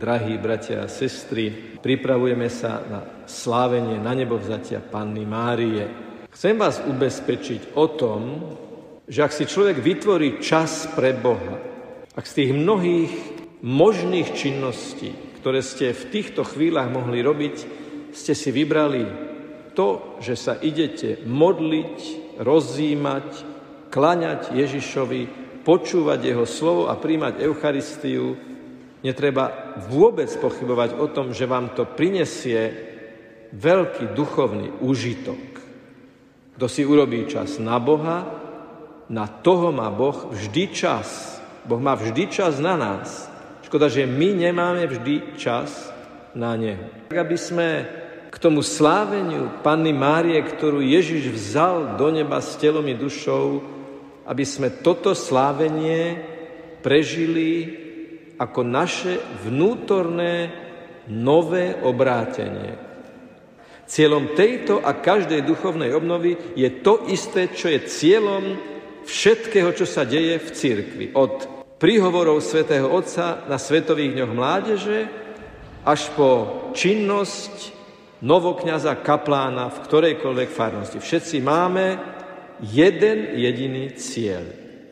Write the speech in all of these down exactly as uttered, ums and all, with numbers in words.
drahí bratia a sestry, pripravujeme sa na slávenie na nebo vzatia Panny Márie. Chcem vás ubezpečiť o tom, že ak si človek vytvorí čas pre Boha, ak z tých mnohých možných činností, ktoré ste v týchto chvíľach mohli robiť, ste si vybrali to, že sa idete modliť, rozjímať, klaňať Ježišovi, počúvať jeho slovo a príjmať Eucharistiu, netreba vôbec pochybovať o tom, že vám to prinesie veľký duchovný úžitok. Kto si urobí čas na Boha, na toho má Boh vždy čas. Boh má vždy čas na nás. Škoda, že my nemáme vždy čas na Neho. Tak aby sme k tomu sláveniu Panny Márie, ktorú Ježiš vzal do neba s telom i dušou, aby sme toto slávenie prežili ako naše vnútorné nové obrátenie. Cieľom tejto a každej duchovnej obnovy je to isté, čo je cieľom všetkého, čo sa deje v cirkvi. Od príhovorov svätého Otca na Svetových dňoch mládeže až po činnosť novokňaza kaplána v ktorejkoľvek farnosti. Všetci máme jeden jediný cieľ.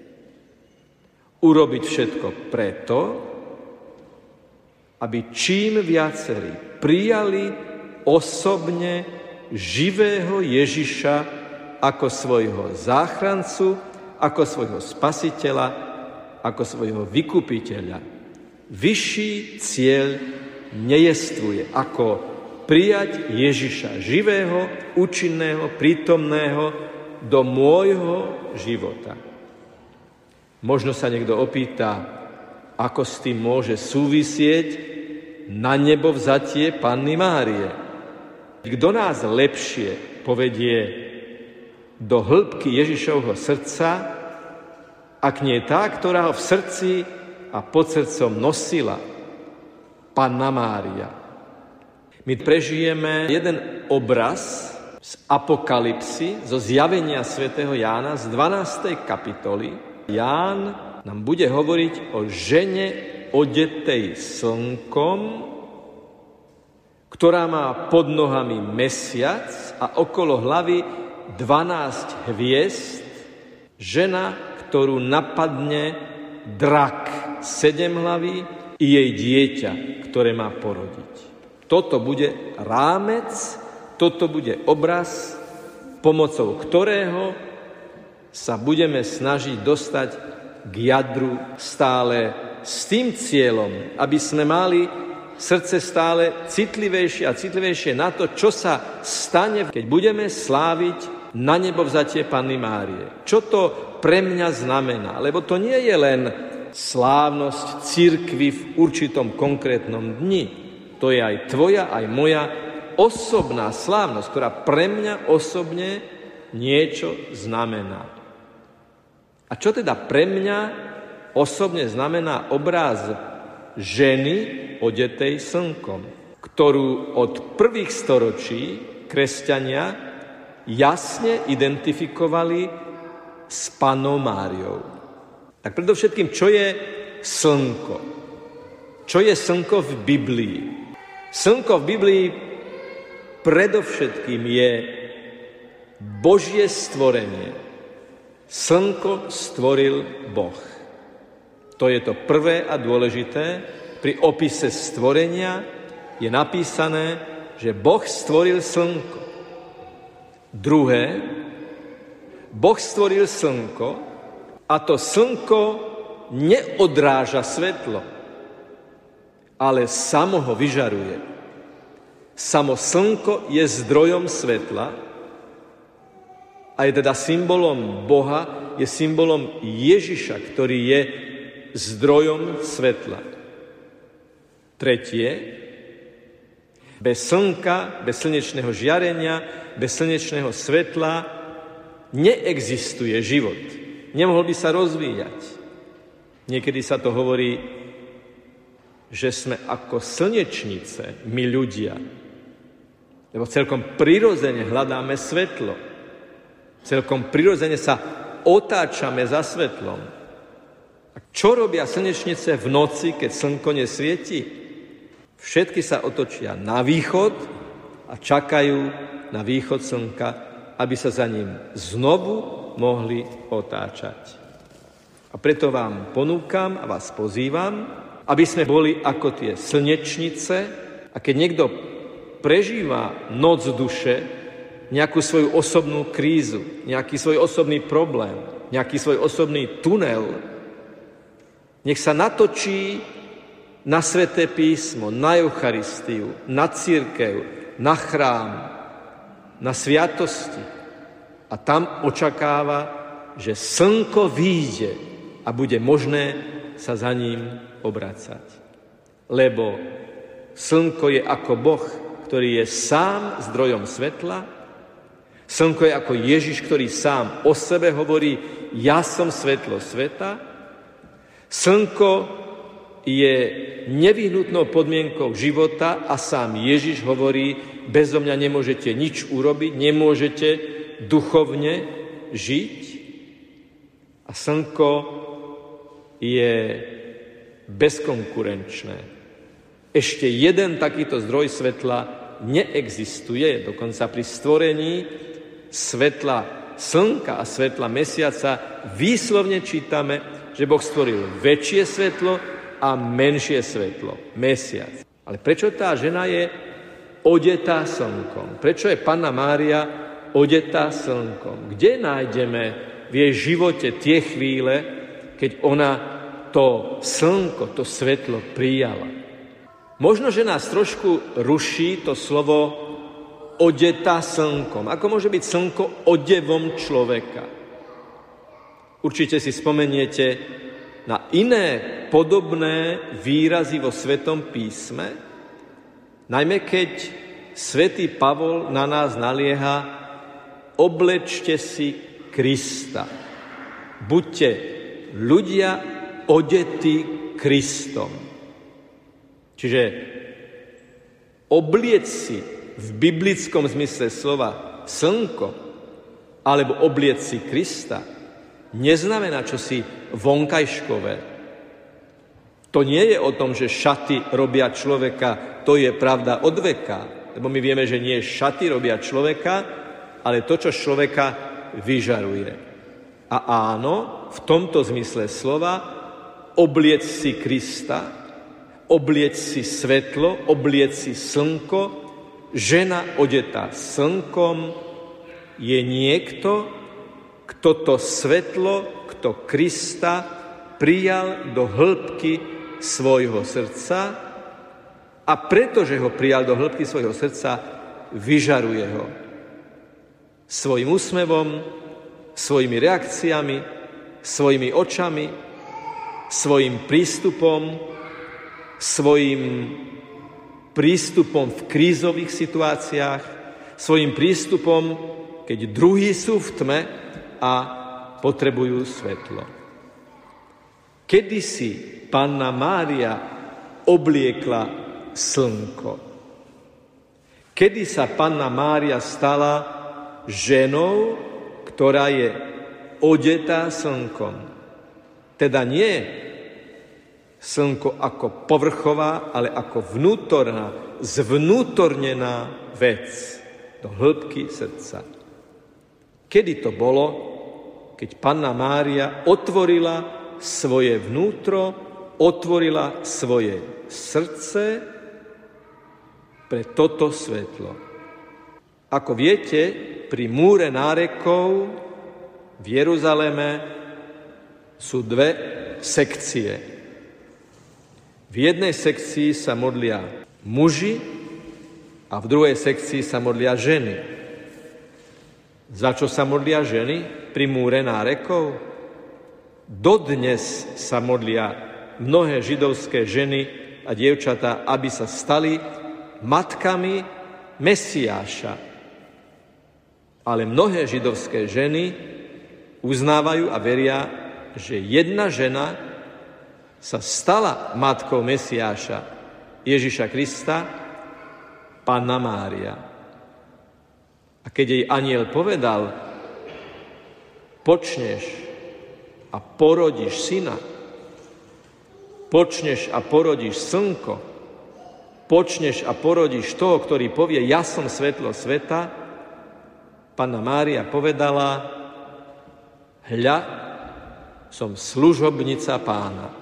Urobiť všetko preto, aby čím viacerí prijali osobne živého Ježiša ako svojho záchrancu, ako svojho spasiteľa, ako svojho vykupiteľa. Vyšší cieľ nejestvuje, ako prijať Ježiša živého, účinného, prítomného do môjho života. Možno sa niekto opýta, ako s tým môže súvisieť na nebo vzatie Panny Márie. Kto nás lepšie povedie do hĺbky Ježišovho srdca, ak nie tá, ktorá ho v srdci a pod srdcom nosila, Panna Mária. My prežijeme jeden obraz z Apokalypsy, zo zjavenia svätého Jána z dvanástej kapitoly. Ján nám bude hovoriť o žene odetej slnkom, ktorá má pod nohami mesiac a okolo hlavy dvanásť hviezd, žena, ktorú napadne drak sedemhlavý i jej dieťa, ktoré má porodiť. Toto bude rámec, toto bude obraz, pomocou ktorého sa budeme snažiť dostať k jadru stále s tým cieľom, aby sme mali srdce stále citlivejšie a citlivejšie na to, čo sa stane, keď budeme sláviť na nebo vzatie Panny Márie. Čo to pre mňa znamená? Lebo to nie je len slávnosť cirkvi v určitom konkrétnom dni. To je aj tvoja, aj moja osobná slávnosť, ktorá pre mňa osobne niečo znamená. A čo teda pre mňa osobne znamená obráz ženy odetej slnkom, ktorú od prvých storočí kresťania jasne identifikovali s Pannou Máriou. Tak predovšetkým, čo je slnko? Čo je slnko v Biblii? Slnko v Biblii predovšetkým je Božie stvorenie. Slnko stvoril Boh. To je to prvé a dôležité. Pri opise stvorenia je napísané, že Boh stvoril slnko. Druhé, Boh stvoril slnko a to slnko neodráža svetlo, ale samo ho vyžaruje. Samo slnko je zdrojom svetla a je teda symbolom Boha, je symbolom Ježiša, ktorý je zdrojom svetla. Tretie, bez slnka, bez slnečného žiarenia, bez slnečného svetla neexistuje život. Nemohol by sa rozvíjať. Niekedy sa to hovorí, že sme ako slnečnice, my ľudia. Lebo celkom prirodzene hľadáme svetlo. Celkom prirodzene sa otáčame za svetlom. A čo robia slnečnice v noci, keď slnko nesvieti? Všetky sa otočia na východ a čakajú na východ slnka, aby sa za ním znovu mohli otáčať. A preto vám ponúkam a vás pozývam, aby sme boli ako tie slnečnice a keď niekto prežíva noc duše, nejakú svoju osobnú krízu, nejaký svoj osobný problém, nejaký svoj osobný tunel, nech sa natočí na Sväté písmo, na Eucharistiu, na cirkev, na chrám, na sviatosti. A tam očakáva, že slnko vyjde a bude možné sa za ním obracať. Lebo slnko je ako Boh, ktorý je sám zdrojom svetla. Slnko je ako Ježiš, ktorý sám o sebe hovorí, ja som svetlo sveta. Slnko je nevyhnutnou podmienkou života a sám Ježiš hovorí, bezo mňa nemôžete nič urobiť, nemôžete duchovne žiť. A slnko je bezkonkurenčné. Ešte jeden takýto zdroj svetla neexistuje. Dokonca pri stvorení svetla slnka a svetla mesiaca výslovne čítame, že Boh stvoril väčšie svetlo a menšie svetlo, mesiac. Ale prečo tá žena je odetá slnkom? Prečo je Panna Mária odetá slnkom? Kde nájdeme v jej živote tie chvíle, keď ona to slnko, to svetlo prijala? Možno, že nás trošku ruší to slovo odetá slnkom. Ako môže byť slnko odevom človeka? Určite si spomeniete na iné podobné výrazy vo Svätom písme, najmä keď svätý Pavol na nás nalieha, oblečte si Krista. Buďte ľudia odetí Kristom. Čiže obliec si v biblickom zmysle slova slnko alebo obliec si Krista neznamená čosi vonkajškové. To nie je o tom, že šaty robia človeka, to je pravda od veka, lebo my vieme, že nie šaty robia človeka, ale to, čo človeka vyžaruje. A áno, v tomto zmysle slova obliec si Krista, obliec si svetlo, obliec si slnko, žena odetá slnkom je niekto, kto to svetlo, kto Krista prijal do hĺbky svojho srdca a pretože ho prijal do hĺbky svojho srdca, vyžaruje ho. Svojim úsmevom, svojimi reakciami, svojimi očami, svojim prístupom, svojim prístupom v krízových situáciách, svojim prístupom, keď druhí sú v tme a potrebujú svetlo. Kedysi Panna Mária obliekla slnko. Kedy sa Panna Mária stala ženou, ktorá je odetá slnkom. Teda nie slnko ako povrchová, ale ako vnútorná, zvnútornená vec do hĺbky srdca. Kedy to bolo, keď Panna Mária otvorila svoje vnútro, otvorila svoje srdce pre toto svetlo. Ako viete, pri múre nárekov v Jeruzaleme sú dve sekcie. V jednej sekcii sa modlia muži a v druhej sekcii sa modlia ženy. Za čo sa modlia ženy pri múre nárekov? Dodnes sa modlia mnohé židovské ženy a dievčatá, aby sa stali matkami Mesiáša. Ale mnohé židovské ženy uznávajú a veria, že jedna žena sa stala matkou Mesiáša, Ježiša Krista, Panna Mária. A keď jej anjel povedal, počneš a porodíš syna, počneš a porodíš slnko, počneš a porodíš toho, ktorý povie, ja som svetlo sveta, Panna Mária povedala, hľa, som služobnica Pána.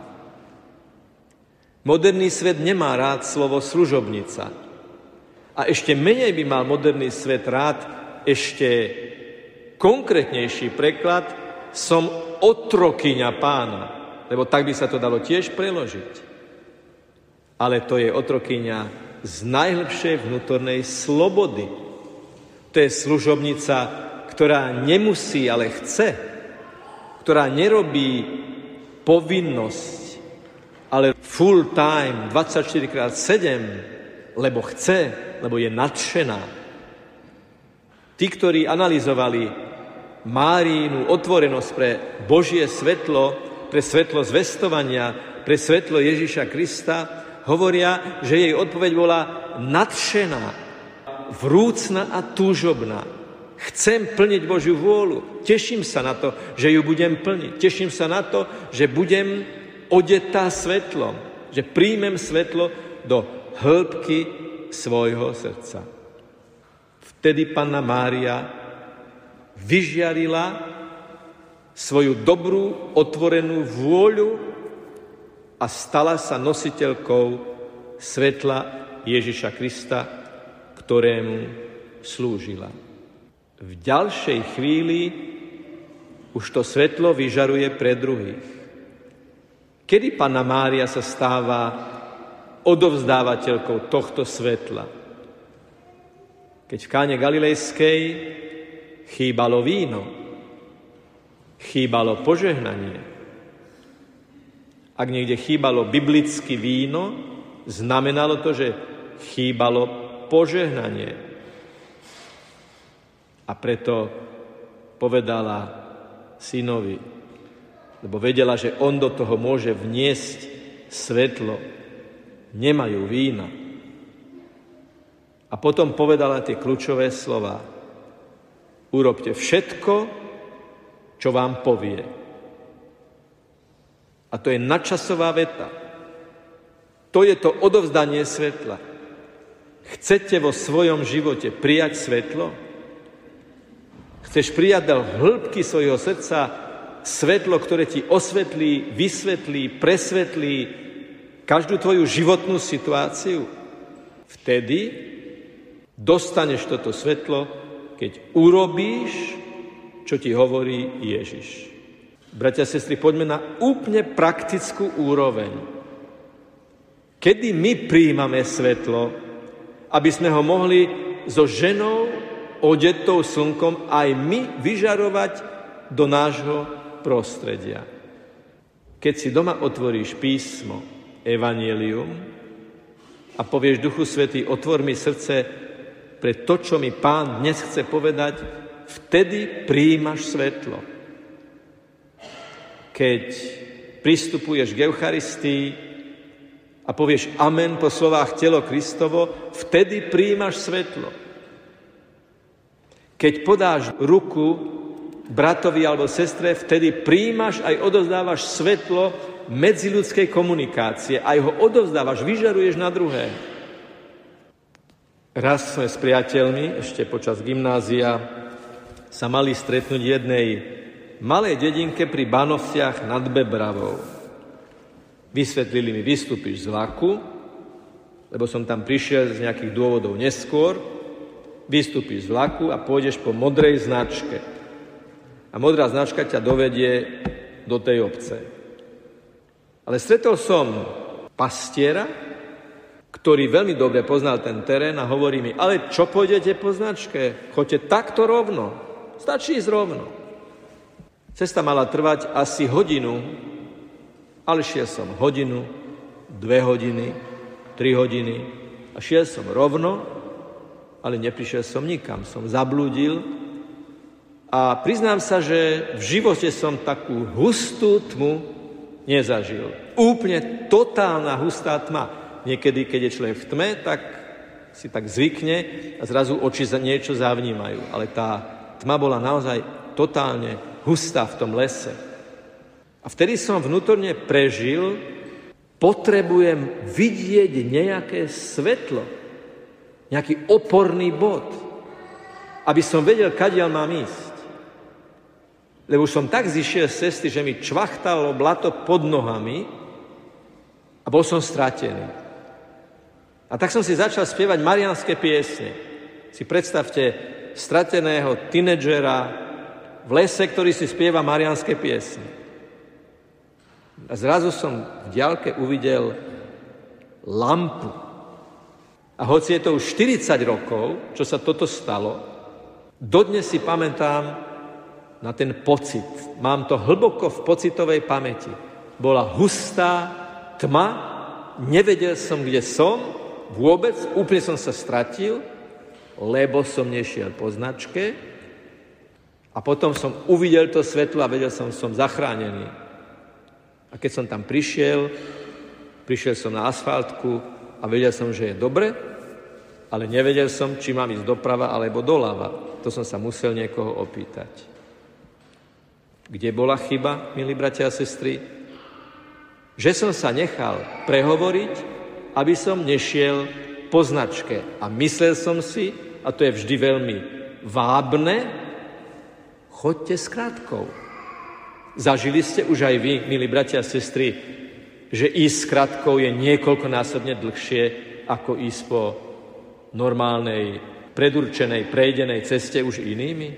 Moderný svet nemá rád slovo služobnica. A ešte menej by mal moderný svet rád ešte konkrétnejší preklad, som otrokyňa Pána, lebo tak by sa to dalo tiež preložiť. Ale to je otrokyňa z najhlbšej vnútornej slobody. To je služobnica, ktorá nemusí, ale chce, ktorá nerobí povinnosť, ale full time, dvadsaťštyri krát sedem, lebo chce, lebo je nadšená. Tí, ktorí analyzovali Máriinu otvorenosť pre Božie svetlo, pre svetlo zvestovania, pre svetlo Ježiša Krista, hovoria, že jej odpoveď bola nadšená, vrúcna a túžobná. Chcem plniť Božiu vôľu. Teším sa na to, že ju budem plniť. Teším sa na to, že budem odetá svetlom, že príjmem svetlo do hĺbky svojho srdca. Vtedy Panna Mária vyžiarila svoju dobrú, otvorenú vôľu a stala sa nositeľkou svetla Ježiša Krista, ktorému slúžila. V ďalšej chvíli už to svetlo vyžaruje pre druhých. Kedy Panna Mária sa stáva odovzdávateľkou tohto svetla? Keď v Káne Galilejskej chýbalo víno, chýbalo požehnanie. Ak niekde chýbalo biblické víno, znamenalo to, že chýbalo požehnanie. A preto povedala synovi, lebo vedela, že on do toho môže vniesť svetlo. Nemajú vína. A potom povedala tie kľúčové slova. Urobte všetko, čo vám povie. A to je nadčasová veta. To je to odovzdanie svetla. Chcete vo svojom živote prijať svetlo? Chceš prijať do hĺbky svojho srdca svetlo, ktoré ti osvetlí, vysvetlí, presvetlí každú tvoju životnú situáciu? Vtedy dostaneš toto svetlo, keď urobíš, čo ti hovorí Ježiš. Bratia a sestry, poďme na úplne praktickú úroveň. Kedy my prijímame svetlo, aby sme ho mohli so ženou odetou slnkom aj my vyžarovať do nášho prostredia. Keď si doma otvoríš písmo, evanjelium a povieš Duchu Svätý, otvor mi srdce pre to, čo mi Pán dnes chce povedať, vtedy prijímaš svetlo. Keď pristupuješ k Eucharistii a povieš amen po slovách telo Kristovo, vtedy prijímaš svetlo. Keď podáš ruku bratovi alebo sestre, vtedy prijímaš aj odovzdávaš svetlo medziľudskej komunikácie. Aj ho odovzdávaš, vyžaruješ na druhé. Raz sme s priateľmi, ešte počas gymnázia, sa mali stretnúť v jednej malej dedinke pri Banovciach nad Bebravou. Vysvetlili mi, vystúpiš z vlaku, lebo som tam prišiel z nejakých dôvodov neskôr, vystúpiš z vlaku a pôjdeš po modrej značke. A modrá značka ťa dovedie do tej obce. Ale stretol som pastiera, ktorý veľmi dobre poznal ten terén a hovorí mi, ale čo pôjdete po značke? Choďte takto rovno. Stačí ísť rovno. Cesta mala trvať asi hodinu, ale šiel som hodinu, dve hodiny, tri hodiny a šiel som rovno, ale neprišiel som nikam. Som zablúdil a priznám sa, že v živote som takú hustú tmu nezažil. Úplne totálna hustá tma. Niekedy, keď je človek v tme, tak si tak zvykne a zrazu oči za niečo zavnímajú. Ale tá tma bola naozaj totálne, hustá. hustá v tom lese. A vtedy som vnútorne prežil Potrebujem vidieť nejaké svetlo, nejaký oporný bod, aby som vedel, kadiaľ mám ísť. Lebo už som tak zišiel z cesty, že mi čvachtalo blato pod nohami a bol som stratený. A tak som si začal spievať mariánske piesne. Si predstavte strateného tínedžera v lese, ktorý si spieva mariánske piesne. A zrazu som v diaľke uvidel lampu. A hoci je to už štyridsať rokov, čo sa toto stalo, dodnes si pamätám na ten pocit. Mám to hlboko v pocitovej pamäti. Bola hustá tma, nevedel som, kde som, vôbec, úplne som sa stratil, lebo som nešiel po značke a potom som uvidel to svetlo a vedel som, som zachránený. A keď som tam prišiel, prišiel som na asfaltku a vedel som, že je dobre, ale nevedel som, či mám ísť doprava alebo doľava. To som sa musel niekoho opýtať. Kde bola chyba, milí bratia a sestry? Že som sa nechal prehovoriť, aby som nešiel po značke. A myslel som si, a to je vždy veľmi vábne, choďte s krátkou. Zažili ste už aj vy, milí bratia a sestry, že ísť s krátkou je niekoľkonásobne dlhšie, ako ísť po normálnej, predurčenej, prejdenej ceste už inými?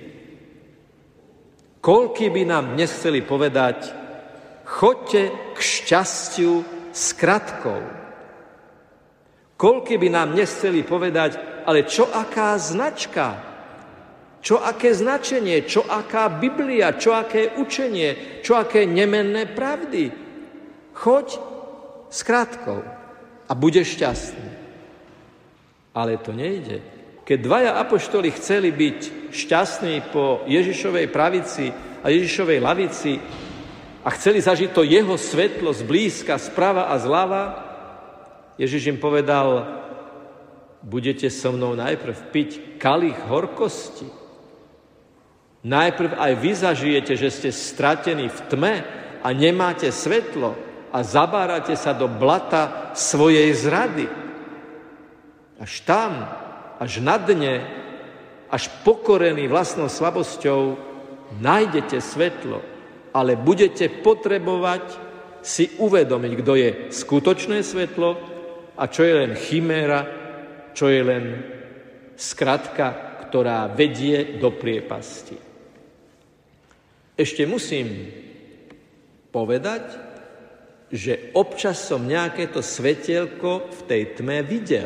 Koľký by nám dnes chceli povedať, choďte k šťastiu s krátkou. Koľký by nám dnes chceli povedať, ale čo aká značka? Čo aké značenie, čo aká Biblia, čo aké učenie, čo aké nemenné pravdy. Choď s krátkou a budeš šťastný. Ale to nejde. Keď dvaja apoštoli chceli byť šťastní po Ježišovej pravici a Ježišovej lavici a chceli zažiť to jeho svetlo zblízka, sprava a zľava, Ježiš im povedal, budete so mnou najprv piť kalich horkosti. Najprv aj vy zažijete, že ste stratení v tme a nemáte svetlo a zabárate sa do blata svojej zrady. Až tam, až na dne, až pokorení vlastnou slabosťou, nájdete svetlo, ale budete potrebovať si uvedomiť, kto je skutočné svetlo a čo je len chiméra, čo je len skratka, ktorá vedie do priepasti. Ešte musím povedať, že občas som nejaké to svetielko v tej tme videl.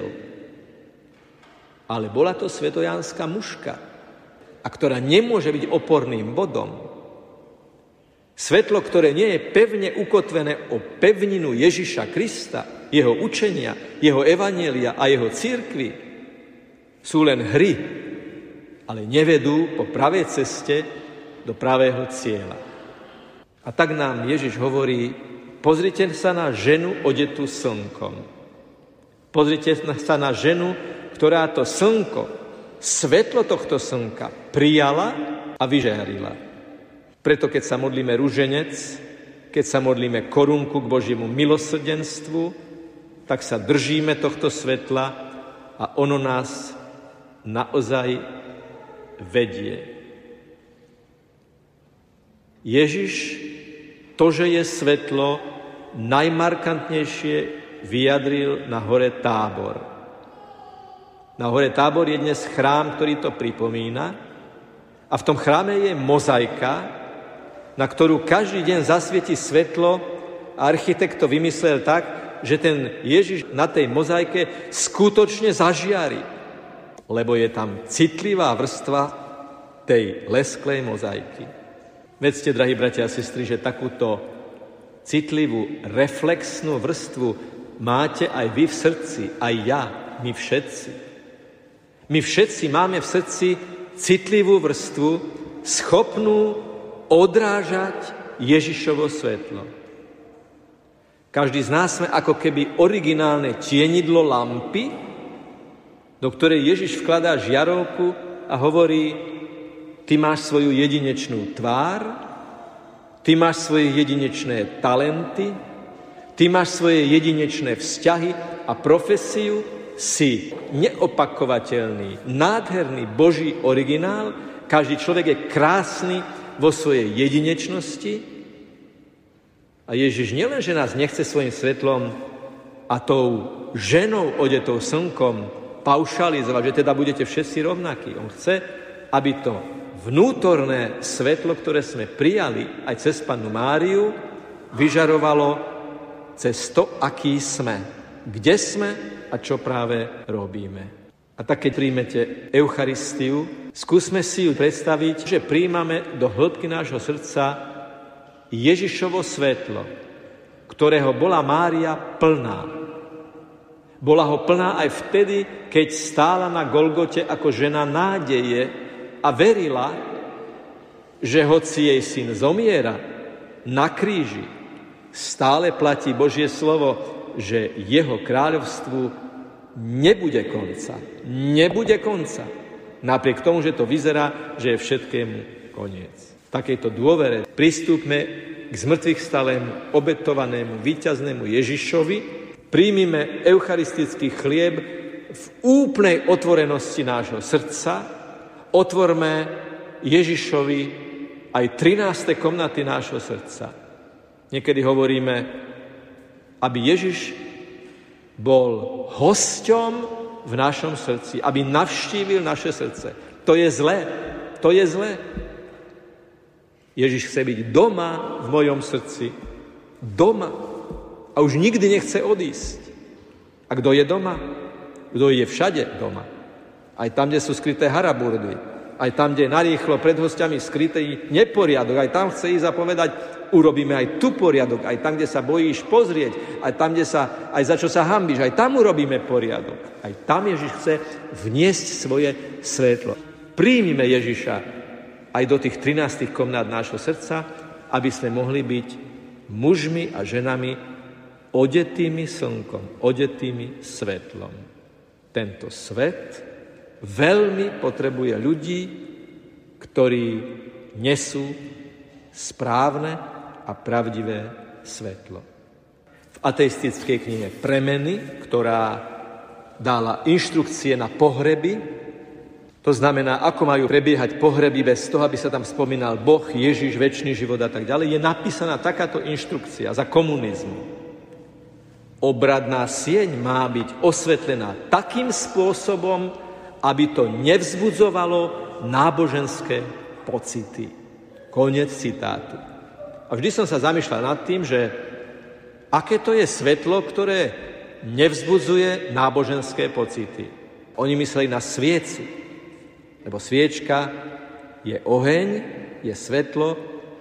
Ale bola to svetojánska mužka, a ktorá nemôže byť oporným bodom. Svetlo, ktoré nie je pevne ukotvené o pevninu Ježiša Krista, jeho učenia, jeho evanjelia a jeho cirkvi, sú len hry, ale nevedú po pravej ceste do pravého cieľa. A tak nám Ježiš hovorí, pozrite sa na ženu odetú slnkom. Pozrite sa na ženu, ktorá to slnko, svetlo tohto slnka prijala a vyžiarila. Preto, keď sa modlíme ruženec, keď sa modlíme korunku k Božiemu milosrdenstvu, tak sa držíme tohto svetla a ono nás naozaj vedie. Ježiš, to, že je svetlo, najmarkantnejšie vyjadril na hore Tábor. Na hore Tábor je dnes chrám, ktorý to pripomína, a v tom chráme je mozaika, na ktorú každý deň zasvieti svetlo, a architekt to vymyslel tak, že ten Ježiš na tej mozaike skutočne zažiari, lebo je tam citlivá vrstva tej lesklej mozaiky. Vedzte, drahí bratia a sestry, že takúto citlivú, reflexnú vrstvu máte aj vy v srdci, aj ja, my všetci. My všetci máme v srdci citlivú vrstvu, schopnú odrážať Ježišovo svetlo. Každý z nás sme ako keby originálne tienidlo lampy, do ktorej Ježiš vkladá žiarovku a hovorí, ty máš svoju jedinečnú tvár, ty máš svoje jedinečné talenty, Ty máš svoje jedinečné vzťahy a profesiu, si neopakovateľný, nádherný Boží originál, každý človek je krásny vo svojej jedinečnosti a Ježiš nielenže nás nechce svojim svetlom a tou ženou odetou slnkom paušalizovať, že teda budete všetci rovnakí. On chce, aby to vnútorné svetlo, ktoré sme prijali aj cez Pannu Máriu, vyžarovalo cez to, aký sme, kde sme a čo práve robíme. A tak, keď príjmete Eucharistiu, skúsme si ju predstaviť, že príjmame do hĺbky nášho srdca Ježišovo svetlo, ktorého bola Mária plná. Bola ho plná aj vtedy, keď stála na Golgote ako žena nádeje a verila, že hoci jej syn zomiera na kríži, stále platí Božie slovo, že jeho kráľovstvu nebude konca. Nebude konca. Napriek tomu, že to vyzerá, že je všetkému koniec. V takejto dôvere pristúpme k zmrtvých stalému, obetovanému, víťaznému Ježišovi, príjmime eucharistický chlieb v úplnej otvorenosti nášho srdca, otvorme Ježišovi aj trináste komnaty nášho srdca. Niekedy hovoríme, aby Ježiš bol hosťom v našom srdci, aby navštívil naše srdce. To je zlé, to je zlé. Ježiš chce byť doma v mojom srdci. Doma. A už nikdy nechce odísť. A kto je doma? Kto je všade doma. Aj tam, kde sú skryté haraburdy. Aj tam, kde je narýchlo pred hostiami skrytý neporiadok. Aj tam chce ísť a povedať, urobíme aj tu poriadok. Aj tam, kde sa bojíš pozrieť. Aj tam, kde sa, aj za čo sa hanbíš. Aj tam urobíme poriadok. Aj tam Ježiš chce vniesť svoje svetlo. Príjmime Ježiša aj do tých trinástich komnát nášho srdca, aby sme mohli byť mužmi a ženami odetými slnkom, odetými svetlom. Tento svet veľmi potrebuje ľudí, ktorí nesú správne a pravdivé svetlo. V ateistickej knihe Premeny, ktorá dala inštrukcie na pohreby, to znamená, ako majú prebiehať pohreby bez toho, aby sa tam spomínal Boh, Ježiš, večný život a tak ďalej, je napísaná takáto inštrukcia za komunizmu. Obradná sieň má byť osvetlená takým spôsobom, aby to nevzbudzovalo náboženské pocity. Koniec citátu. A vždy som sa zamýšľal nad tým, že aké to je svetlo, ktoré nevzbudzuje náboženské pocity. Oni mysleli na sviecu. Lebo sviečka je oheň, je svetlo,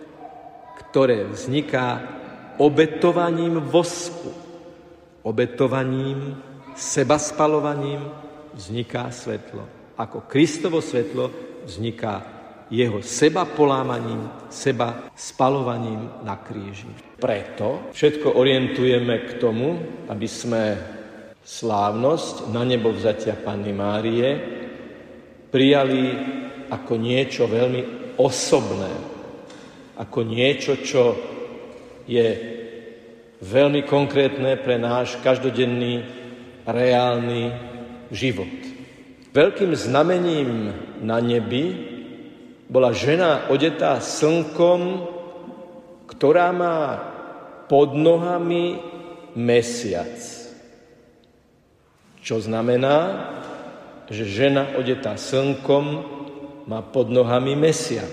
ktoré vzniká obetovaním vosku. Obetovaním, sebaspalovaním vzniká svetlo. Ako Kristovo svetlo vzniká jeho seba polámaním, seba spalovaním na kríži. Preto všetko orientujeme k tomu, aby sme slávnosť na nebo vzatia Panny Márie prijali ako niečo veľmi osobné, ako niečo, čo je veľmi konkrétne pre náš každodenný, reálny život. Veľkým znamením na nebi bola žena odetá slnkom, ktorá má pod nohami mesiac. Čo znamená, že žena odetá slnkom má pod nohami mesiac.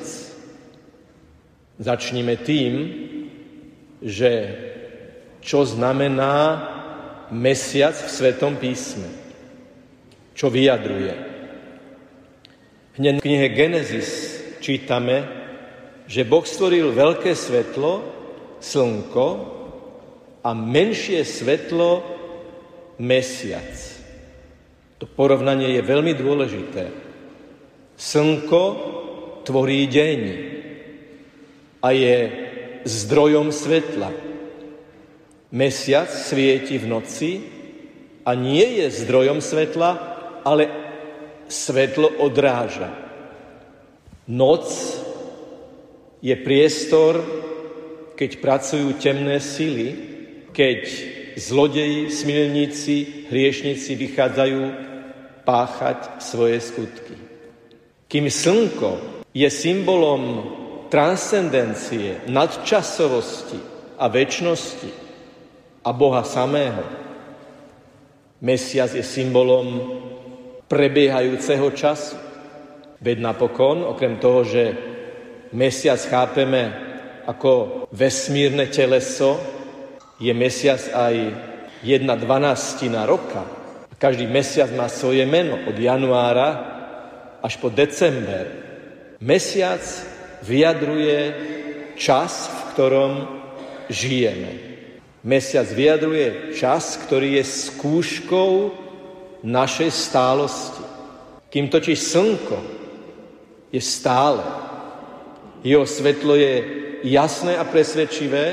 Začnime tým, že čo znamená mesiac v Svetom písme. Čo vyjadruje. Hneď v knihe Genesis čítame, že Boh stvoril veľké svetlo, slnko, a menšie svetlo, mesiac. To porovnanie je veľmi dôležité. Slnko tvorí deň a je zdrojom svetla. Mesiac svieti v noci a nie je zdrojom svetla, ale svetlo odráža. Noc je priestor, keď pracujú temné sily keď zlodeji, smilníci, hriešnici vychádzajú páchať svoje skutky. Kým slnko je symbolom transcendencie, nadčasovosti a večnosti a Boha samého, mesiac je symbolom prebiehajúceho času. Veď napokon, okrem toho, že mesiac chápeme ako vesmírne teleso, je mesiac aj jedna dvanástina roka. Každý mesiac má svoje meno od januára až po december. Mesiac vyjadruje čas, v ktorom žijeme. Mesiac vyjadruje čas, ktorý je skúškou našej stálosti. Kým totiž slnko je stále, jeho svetlo je jasné a presvedčivé,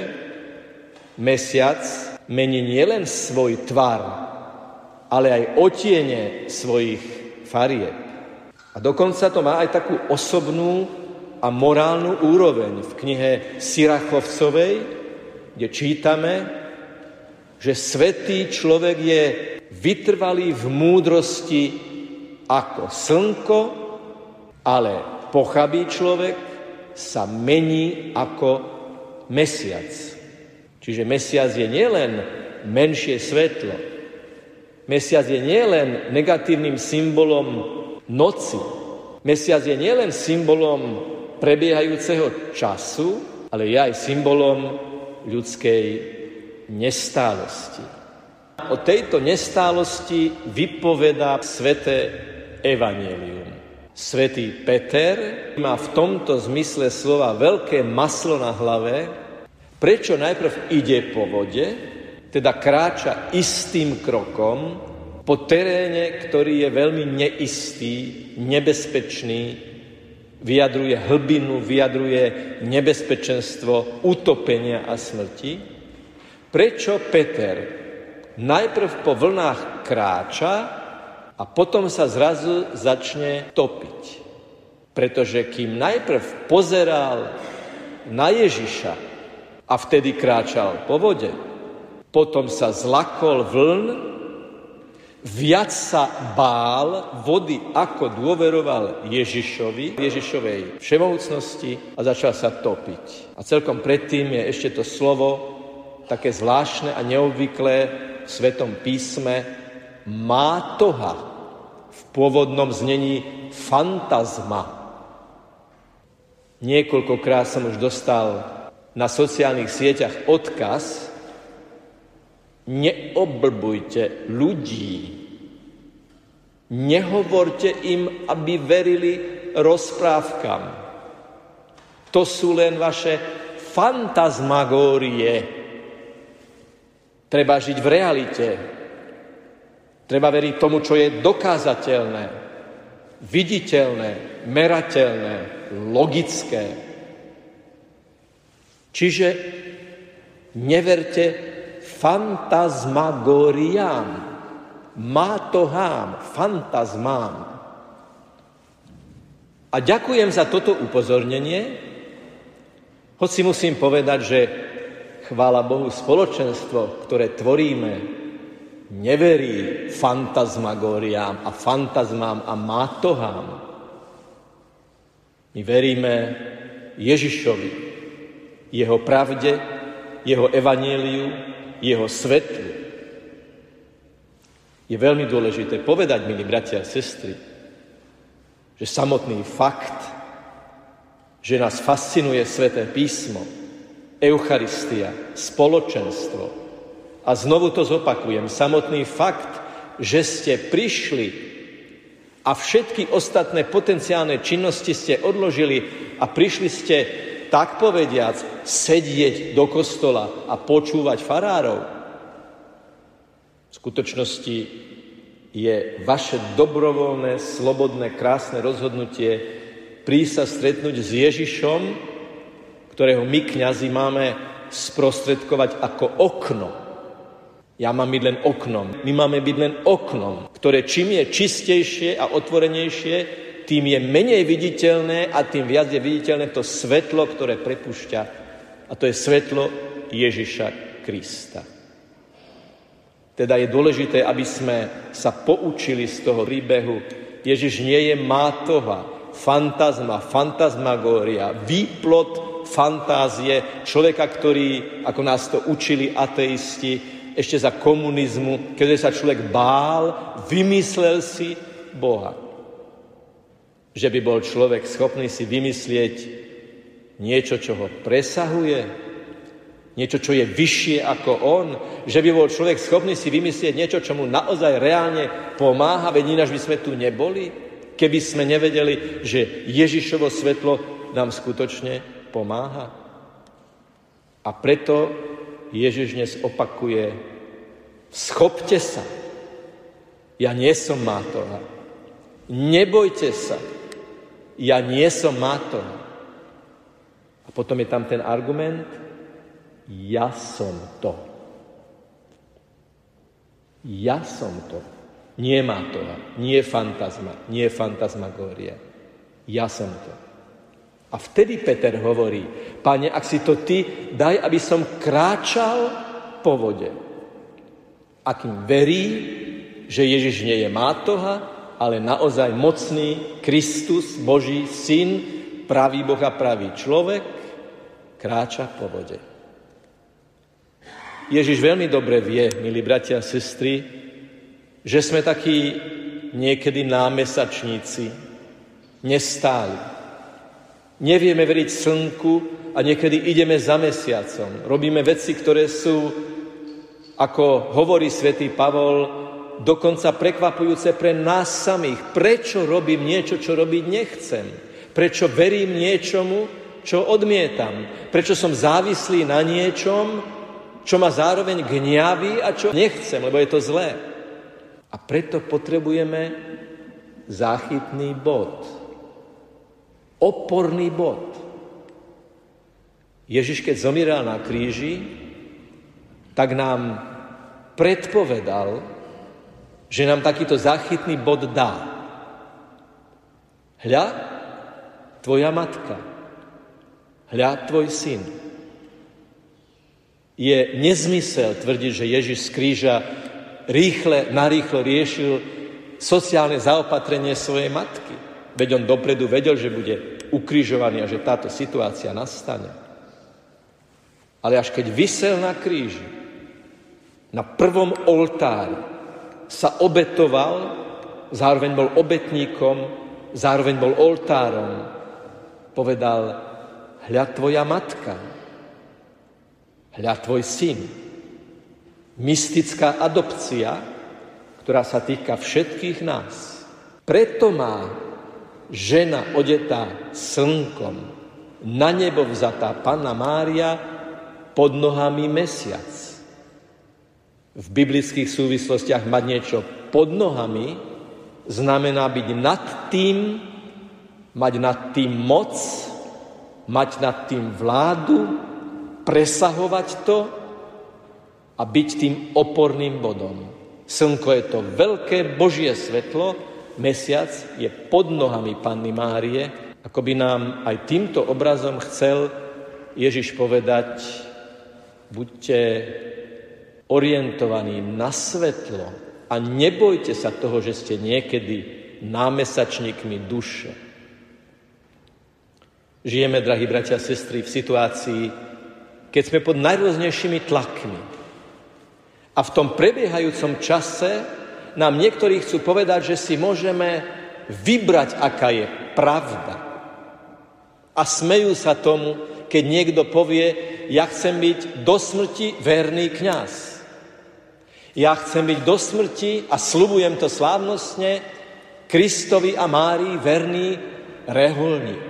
mesiac mení nielen svoj tvar, ale aj odtiene svojich farieb. A dokonca to má aj takú osobnú a morálnu úroveň. V knihe Sirachovcovej, kde čítame, že svätý človek je vytrvalý v múdrosti ako slnko, ale pochabý človek sa mení ako mesiac. Čiže mesiac je nielen menšie svetlo. Mesiac je nielen negatívnym symbolom noci. Mesiac je nielen symbolom prebiehajúceho času, ale je aj symbolom ľudskej nestálosti. O tejto nestálosti vypovedá sväté evanjelium. Svätý Peter má v tomto zmysle slova veľké maslo na hlave, prečo najprv ide po vode, teda kráča istým krokom po teréne, ktorý je veľmi neistý, nebezpečný, vyjadruje hlbinu, vyjadruje nebezpečenstvo utopenia a smrti. Prečo Peter najprv po vlnách kráča a potom sa zrazu začne topiť? Pretože kým najprv pozeral na Ježiša a vtedy kráčal po vode, potom sa zlakol vln, viac sa bál vody, ako dôveroval Ježišovi, Ježišovej všemohúcnosti a začal sa topiť. A celkom predtým je ešte to slovo také zvláštne a neobvyklé v Svetom písme mátoha, v pôvodnom znení fantazma. Niekoľkokrát som už dostal na sociálnych sieťach odkaz: neoblbujte ľudí, nehovorte im, aby verili rozprávkam. To sú len vaše fantasmagórie. Treba žiť v realite. Treba veriť tomu, čo je dokázateľné, viditeľné, merateľné, logické. Čiže neverte fantasmagóriám, mátohám, fantazmám. A ďakujem za toto upozornenie, hoci musím povedať, že chvála Bohu, spoločenstvo, ktoré tvoríme, neverí fantasmagóriám a fantazmám a mátohám. My veríme Ježišovi, jeho pravde, jeho evanjeliu, jeho svetlu. Je veľmi dôležité povedať, milí bratia a sestry, že samotný fakt, že nás fascinuje Sväté písmo, Eucharistia, spoločenstvo, a znovu to zopakujem, samotný fakt, že ste prišli a všetky ostatné potenciálne činnosti ste odložili a prišli ste, tak povediac, sedieť do kostola a počúvať farárov. V skutočnosti je vaše dobrovoľné, slobodné, krásne rozhodnutie prísť sa stretnúť s Ježišom, ktorého my, kňazi, máme sprostredkovať ako okno. Ja mám byť len oknom. My máme byť len oknom, ktoré čím je čistejšie a otvorenejšie, tým je menej viditeľné a tým viac je viditeľné to svetlo, ktoré prepúšťa. A to je svetlo Ježiša Krista. Teda je dôležité, aby sme sa poučili z toho príbehu. Ježiš nie je mátoha, fantazma, fantasmagória, výplod fantázie človeka, ktorý, ako nás to učili ateisti, ešte za komunizmu, keď sa človek bál, vymyslel si Boha. Že by bol človek schopný si vymyslieť niečo, čo ho presahuje, niečo, čo je vyššie ako on, že by bol človek schopný si vymyslieť niečo, čo mu naozaj reálne pomáha, veď ináč by sme tu neboli, keby sme nevedeli, že Ježišovo svetlo nám skutočne pomáha. A preto Ježiš dnes opakuje: schopte sa, ja nie som mátoha. Nebojte sa, ja nie som mátoha. A potom je tam ten argument: ja som to. Ja som to. Nie mátoha, nie fantazma, nie fantasmagória. Ja som to. A vtedy Peter hovorí: Pane, ak si to ty, daj, aby som kráčal po vode. A kým verí, že Ježiš nie je mátoha, ale naozaj mocný Kristus, Boží syn, pravý Boh a pravý človek, kráča po vode. Ježiš veľmi dobre vie, milí bratia a sestry, že sme takí niekedy námesačníci, nestáli. Nevieme veriť slnku a niekedy ideme za mesiacom. Robíme veci, ktoré sú, ako hovorí svätý Pavol, dokonca prekvapujúce pre nás samých. Prečo robím niečo, čo robiť nechcem? Prečo verím niečomu, čo odmietam? Prečo som závislý na niečom, čo ma zároveň gňaví a čo nechcem, lebo je to zlé. A preto potrebujeme záchytný bod. Oporný bod. Ježiš, keď zomieral na kríži, tak nám predpovedal, že nám takýto záchytný bod dá. Hľa, tvoja matka. Hľa, tvoj syn. Je nezmysel tvrdiť, že Ježiš z kríža rýchle, narýchlo riešil sociálne zaopatrenie svojej matky. Veď on dopredu vedel, že bude ukrižovaný a že táto situácia nastane. Ale až keď visel na kríži, na prvom oltári, sa obetoval, zároveň bol obetníkom, zároveň bol oltárom, povedal: hľa tvoja matka. Hľa tvoj syn. Mystická adopcia, ktorá sa týka všetkých nás. Preto má žena odetá slnkom, na nebo vzatá Panna Mária, pod nohami mesiac. V biblických súvislostiach mať niečo pod nohami znamená byť nad tým, mať nad tým moc, mať nad tým vládu, presahovať to a byť tým oporným bodom. Slnko je to veľké Božie svetlo, mesiac je pod nohami Panny Márie. Ako by nám aj týmto obrazom chcel Ježiš povedať: buďte orientovaní na svetlo a nebojte sa toho, že ste niekedy námesačníkmi duše. Žijeme, drahí bratia a sestry, v situácii, keď sme pod najrôznejšími tlakmi. A v tom prebiehajúcom čase nám niektorí chcú povedať, že si môžeme vybrať, aká je pravda. A smejú sa tomu, keď niekto povie: ja chcem byť do smrti verný kňaz. Ja chcem byť do smrti, a sľubujem to slávnostne, Kristovi a Márii verný reholník.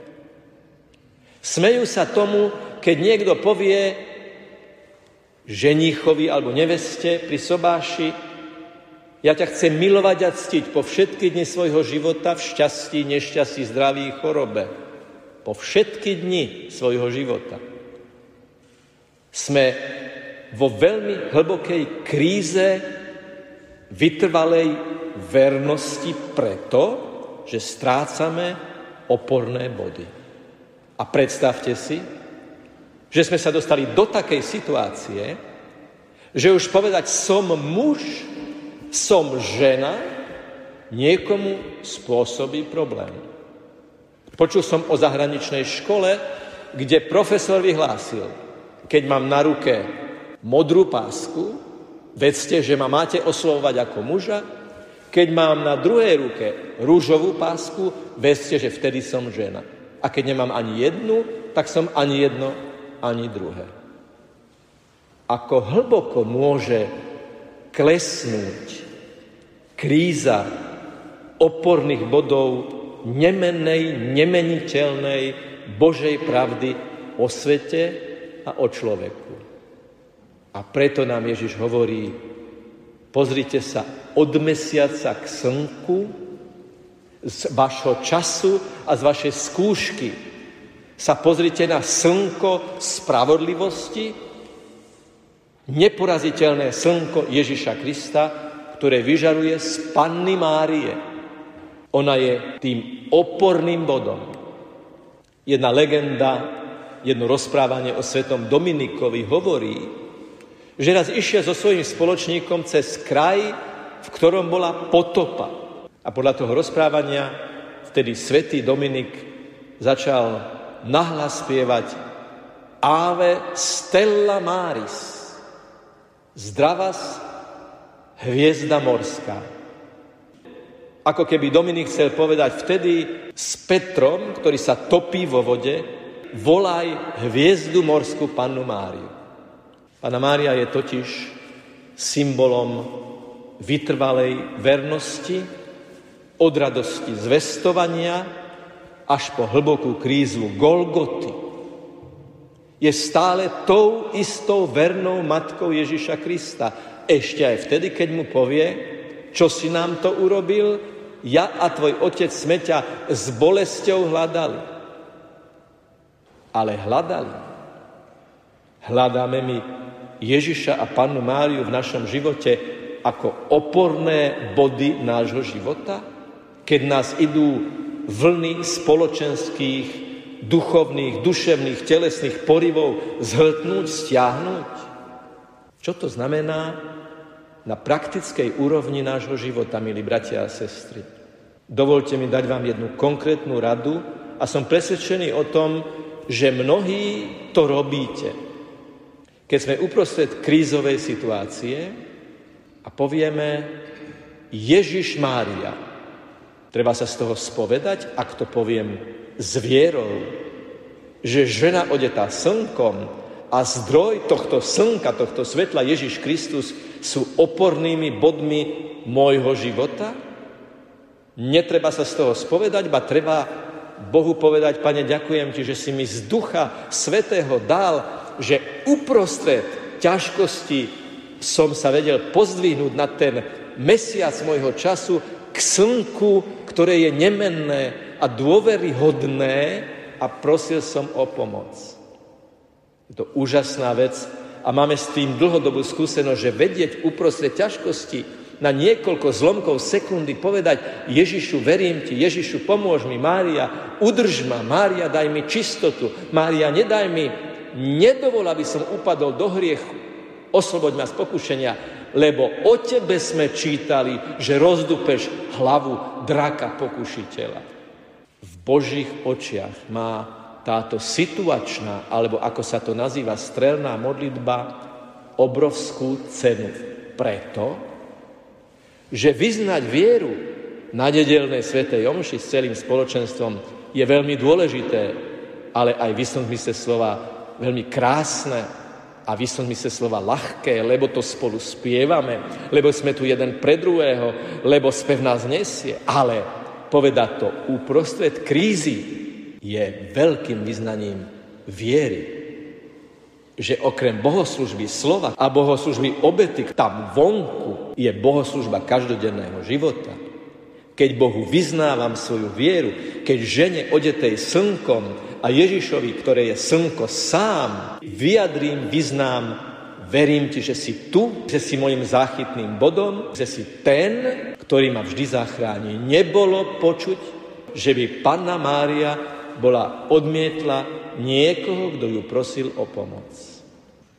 Smejú sa tomu, keď niekto povie ženíchovi alebo neveste pri sobáši: ja ťa chcem milovať a ctiť po všetky dni svojho života v šťastí, nešťastí, zdraví, chorobe. Po všetky dni svojho života. Sme vo veľmi hlbokej kríze vytrvalej vernosti preto, že strácame oporné body. A predstavte si, že sme sa dostali do takej situácie, Že už povedať som muž, som žena, niekomu spôsobí problém. Počul som o zahraničnej škole, kde profesor vyhlásil, keď mám na ruke modrú pásku, vedzte, že ma máte oslovovať ako muža, keď mám na druhej ruke ružovú pásku, vedzte, že vtedy som žena. A keď nemám ani jednu, tak som ani jedno, ani druhé. Ako hlboko môže klesnúť kríza oporných bodov nemennej, nemeniteľnej Božej pravdy o svete a o človeku. A preto nám Ježiš hovorí, pozrite sa od mesiaca k slnku, z vašho času a z vašej skúšky sa pozrite na slnko spravodlivosti, neporaziteľné slnko Ježiša Krista, ktoré vyžaruje z Panny Márie. Ona je tým oporným bodom. Jedna legenda, jedno rozprávanie o svetom Dominikovi hovorí, že raz išiel so svojím spoločníkom cez kraj, v ktorom bola potopa. A podľa toho rozprávania vtedy svätý Dominik začal nahlas spievať Ave Stella Maris, zdravas hviezda morská. Ako keby Dominik chcel povedať vtedy s Petrom, ktorý sa topí vo vode, volaj hviezdu morskú Pannu Máriu. Panna Mária je totiž symbolom vytrvalej vernosti, od radosti zvestovania až po hlbokú krízu Golgoty. Je stále tou istou vernou matkou Ježiša Krista. Ešte aj vtedy, keď mu povie, čo si nám to urobil, ja a tvoj otec sme ťa s bolesťou hľadali. Ale hľadali. Hľadáme my Ježiša a Pannu Máriu v našom živote ako oporné body nášho života, keď nás idú vlny spoločenských, duchovných, duševných, telesných porivov zhltnúť, stiahnuť. Čo to znamená na praktickej úrovni nášho života, milí bratia a sestry? Dovolte mi dať vám jednu konkrétnu radu a som presvedčený o tom, že mnohí to robíte. Keď sme uprostred krízovej situácie a povieme Ježiš Mária, treba sa z toho spovedať, ak to poviem s vierou, že žena odetá slnkom a zdroj tohto slnka, tohto svetla Ježiš Kristus sú opornými bodmi môjho života? Netreba sa z toho spovedať, ba treba Bohu povedať, Pane, ďakujem ti, že si mi z Ducha Svätého dal, že uprostred ťažkosti som sa vedel pozdvihnúť na ten mesiac môjho času k slnku, ktoré je nemenné a dôveryhodné, a prosil som o pomoc. Je to úžasná vec a máme s tým dlhodobú skúsenosť, že vedieť uprostred ťažkosti na niekoľko zlomkov sekundy povedať Ježišu, verím ti, Ježišu, pomôž mi, Mária, udrž ma, Mária, daj mi čistotu, Mária, nedaj mi, nedovol, aby som upadol do hriechu, osloboď ma z pokušenia, lebo o tebe sme čítali, že rozdupeš hlavu draka pokušiteľa. V Božích očiach má táto situačná, alebo ako sa to nazýva, strelná modlitba, obrovskú cenu. Preto, že vyznať vieru na nedeľnej svätej omši s celým spoločenstvom je veľmi dôležité, ale aj v istom zmysle slova veľmi krásne a v istom zmysle slova ľahké, lebo to spolu spievame, lebo sme tu jeden pre druhého, lebo spev nás nesie. Ale povedať to uprostred krízy je veľkým vyznaním viery. Že okrem bohoslužby slova a bohoslužby obety tam vonku je bohoslužba každodenného života. Keď Bohu vyznávam svoju vieru, keď žene odetej slnkom a Ježišovi, ktoré je slnko sám, vyjadrím, vyznám, verím ti, že si tu, že si mojim záchytným bodom, že si ten, ktorý ma vždy zachráni. Nebolo počuť, že by Panna Mária bola odmietla niekoho, kto ju prosil o pomoc.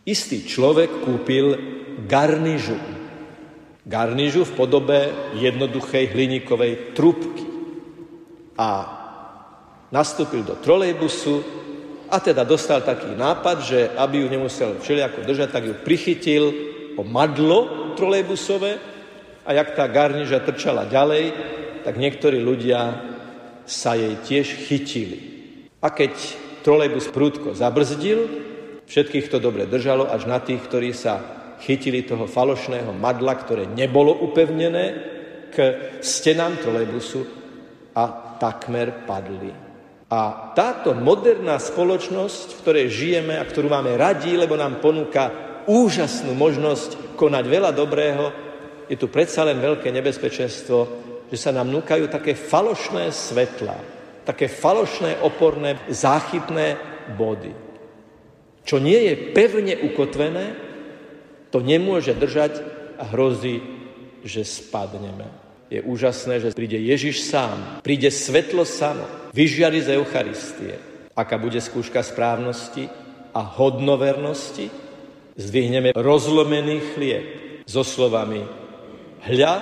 Istý človek kúpil garnižu. Garnižu v podobe jednoduchej hliníkovej trúbky. A nastúpil do trolejbusu a teda dostal taký nápad, že aby ju nemusel všelijako držať, tak ju prichytil o madlo trolejbusové a jak tá garniža trčala ďalej, tak niektorí ľudia sa jej tiež chytili. A keď trolejbus prudko zabrzdil, všetkých to dobre držalo až na tých, ktorí sa chytili toho falošného madla, ktoré nebolo upevnené k stenám trolejbusu a takmer padli. A táto moderná spoločnosť, v ktorej žijeme a ktorú máme radi, lebo nám ponúka úžasnú možnosť konať veľa dobrého, je tu predsa len veľké nebezpečenstvo, že sa nám núkajú také falošné svetlá, také falošné oporné záchytné body. Čo nie je pevne ukotvené, to nemôže držať a hrozí, že spadneme. Je úžasné, že príde Ježiš sám, príde svetlo samo, vyžiari z Eucharistie. Aká bude skúška správnosti a hodnovernosti? Zdvihneme rozlomený chlieb so slovami: hľa,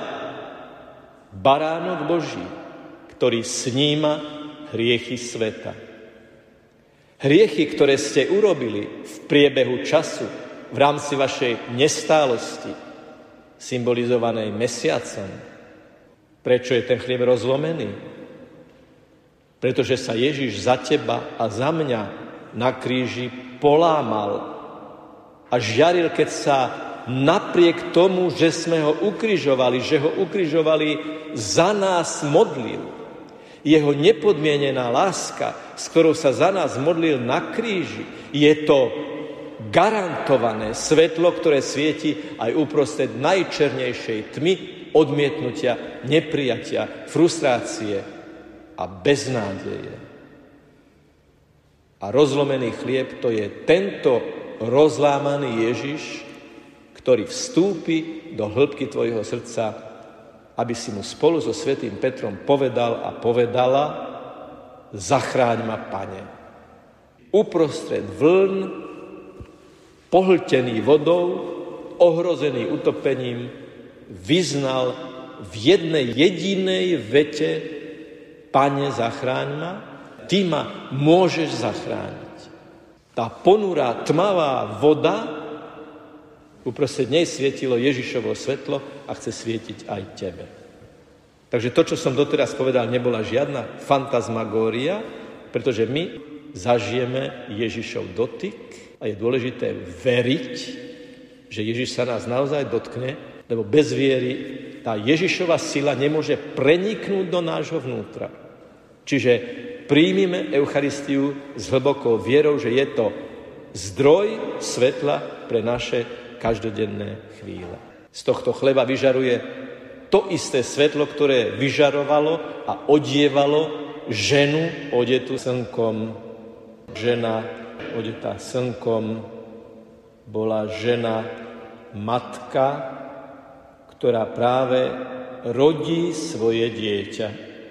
baránok Boží, ktorý sníma hriechy sveta. Hriechy, ktoré ste urobili v priebehu času, v rámci vašej nestálosti, symbolizovanej mesiacom. Prečo je ten chlieb rozlomený? Pretože sa Ježiš za teba a za mňa na kríži polámal a žiaril, keď sa napriek tomu, že sme ho ukrižovali, že ho ukrižovali, za nás modlil. Jeho nepodmienená láska, s ktorou sa za nás modlil na kríži, je to garantované svetlo, ktoré svieti aj uprostred najčernejšej tmy, odmietnutia, neprijatia, frustrácie a beznádeje. A rozlomený chlieb, to je tento rozlámaný Ježiš, ktorý vstúpi do hĺbky tvojho srdca, aby si mu spolu so svätým Petrom povedal a povedala: zachráň ma, Pane. Uprostred vln, pohltený vodou, ohrozený utopením, vyznal v jednej jedinej vete: Pane, zachráň ma, ty ma môžeš zachrániť. Tá ponurá, tmavá voda, uprostred nej svietilo Ježišovo svetlo a chce svietiť aj tebe. Takže to, čo som doteraz povedal, nebola žiadna fantasmagória, pretože my zažijeme Ježišov dotyk a je dôležité veriť, že Ježiš sa nás naozaj dotkne, lebo bez viery tá Ježišova sila nemôže preniknúť do nášho vnútra. Čiže príjmime Eucharistiu s hlbokou vierou, že je to zdroj svetla pre naše každodenné chvíle. Z tohto chleba vyžaruje to isté svetlo, ktoré vyžarovalo a odievalo ženu odetú slnkom. Žena odetá slnkom bola žena matka, ktorá práve rodí svoje dieťa.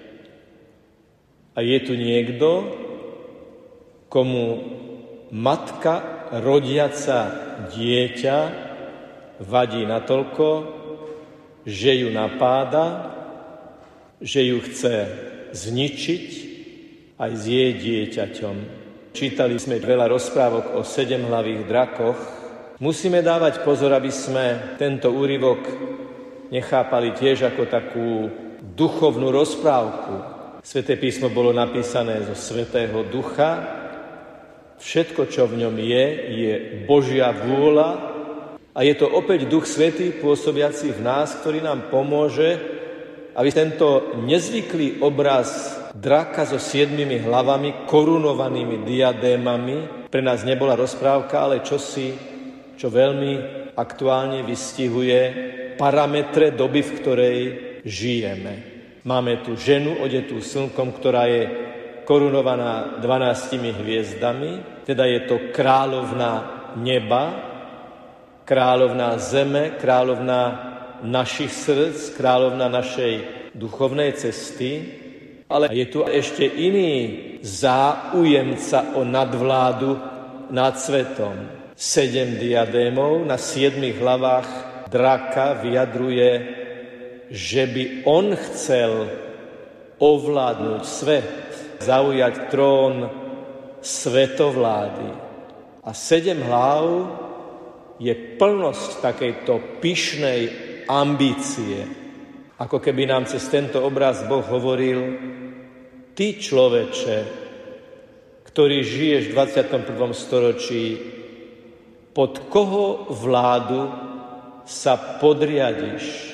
A je tu niekto, komu matka rodiaca dieťa vadí natoľko, že ju napáda, že ju chce zničiť aj s jej dieťaťom. Čítali sme veľa rozprávok o sedemhlavých drakoch. Musíme dávať pozor, aby sme tento úryvok nechápali tiež ako takú duchovnú rozprávku. Sväté písmo bolo napísané zo Svätého Ducha. Všetko, čo v ňom je, je Božia vôľa a je to opäť Duch Svätý pôsobiaci v nás, ktorý nám pomôže, aby tento nezvyklý obraz draka so siedmimi hlavami, korunovanými diadémami pre nás nebola rozprávka, ale čosi, čo veľmi aktuálne vystihuje parametre doby, v ktorej žijeme. Máme tu ženu odetú slnkom, ktorá je korunovaná dvanástimi hviezdami, teda je to kráľovná neba, kráľovná zeme, kráľovná našich srdc, kráľovná našej duchovnej cesty, ale je tu ešte iný záujemca o nadvládu nad svetom. Sedem diadémov na siedmich hlavách draka vyjadruje, že by on chcel ovládnuť svet, zaujať trón svetovlády. A sedem hlav je plnosť takejto pyšnej ambície. Ako keby nám cez tento obraz Boh hovoril: ty, človeče, ktorý žiješ v dvadsiatom prvom storočí, pod koho vládu sa podriadiš?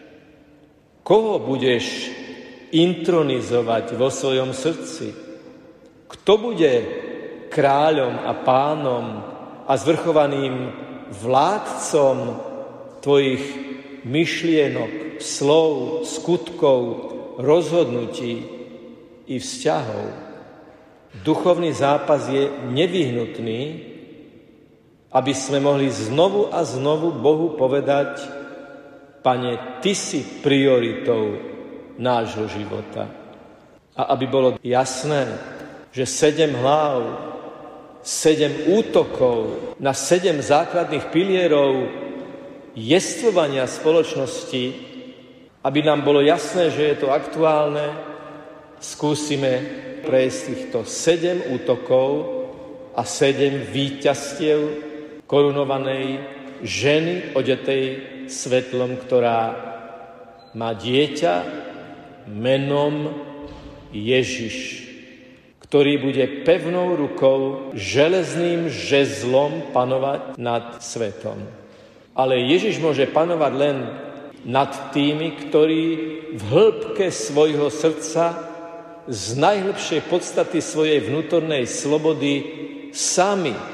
Koho budeš intronizovať vo svojom srdci? Kto bude kráľom a pánom a zvrchovaným vládcom tvojich myšlienok, slov, skutkov, rozhodnutí i vzťahov? Duchovný zápas je nevyhnutný, aby sme mohli znovu a znovu Bohu povedať: Pane, ty si prioritou nášho života. A aby bolo jasné, že sedem hlav, sedem útokov na sedem základných pilierov jestvovania spoločnosti, aby nám bolo jasné, že je to aktuálne, skúsime prejsť týchto sedem útokov a sedem víťazstiev korunovanej ženy odetej svetlom, ktorá má dieťa menom Ježiš, ktorý bude pevnou rukou, železným žezlom panovať nad svetom. Ale Ježiš môže panovať len nad tými, ktorí v hĺbke svojho srdca, z najhlbšej podstaty svojej vnútornej slobody sami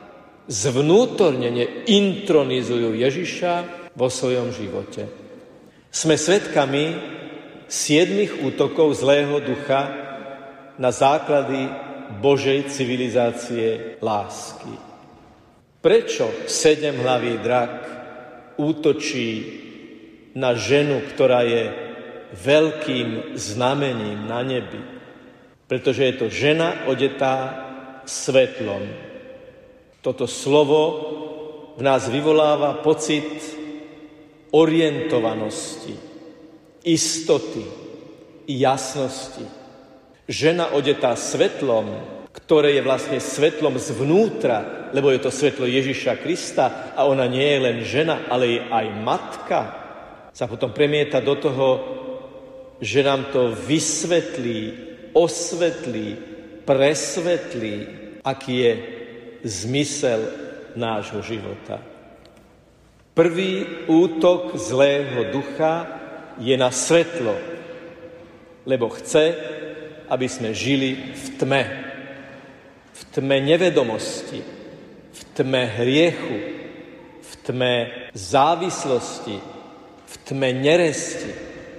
zvnútornene intronizujú Ježiša vo svojom živote. Sme svedkami siedmich útokov zlého ducha na základy Božej civilizácie lásky. Prečo sedemhlavý drak útočí na ženu, ktorá je veľkým znamením na nebi? Pretože je to žena odetá svetlom. Toto slovo v nás vyvoláva pocit orientovanosti, istoty, jasnosti. Žena odetá svetlom, ktoré je vlastne svetlom zvnútra, lebo je to svetlo Ježiša Krista a ona nie je len žena, ale je aj matka, sa potom premieta do toho, že nám to vysvetlí, osvetlí, presvetlí, aký je zmysel nášho života. Prvý útok zlého ducha je na svetlo, lebo chce, aby sme žili v tme. V tme nevedomosti, v tme hriechu, v tme závislosti, v tme neresti.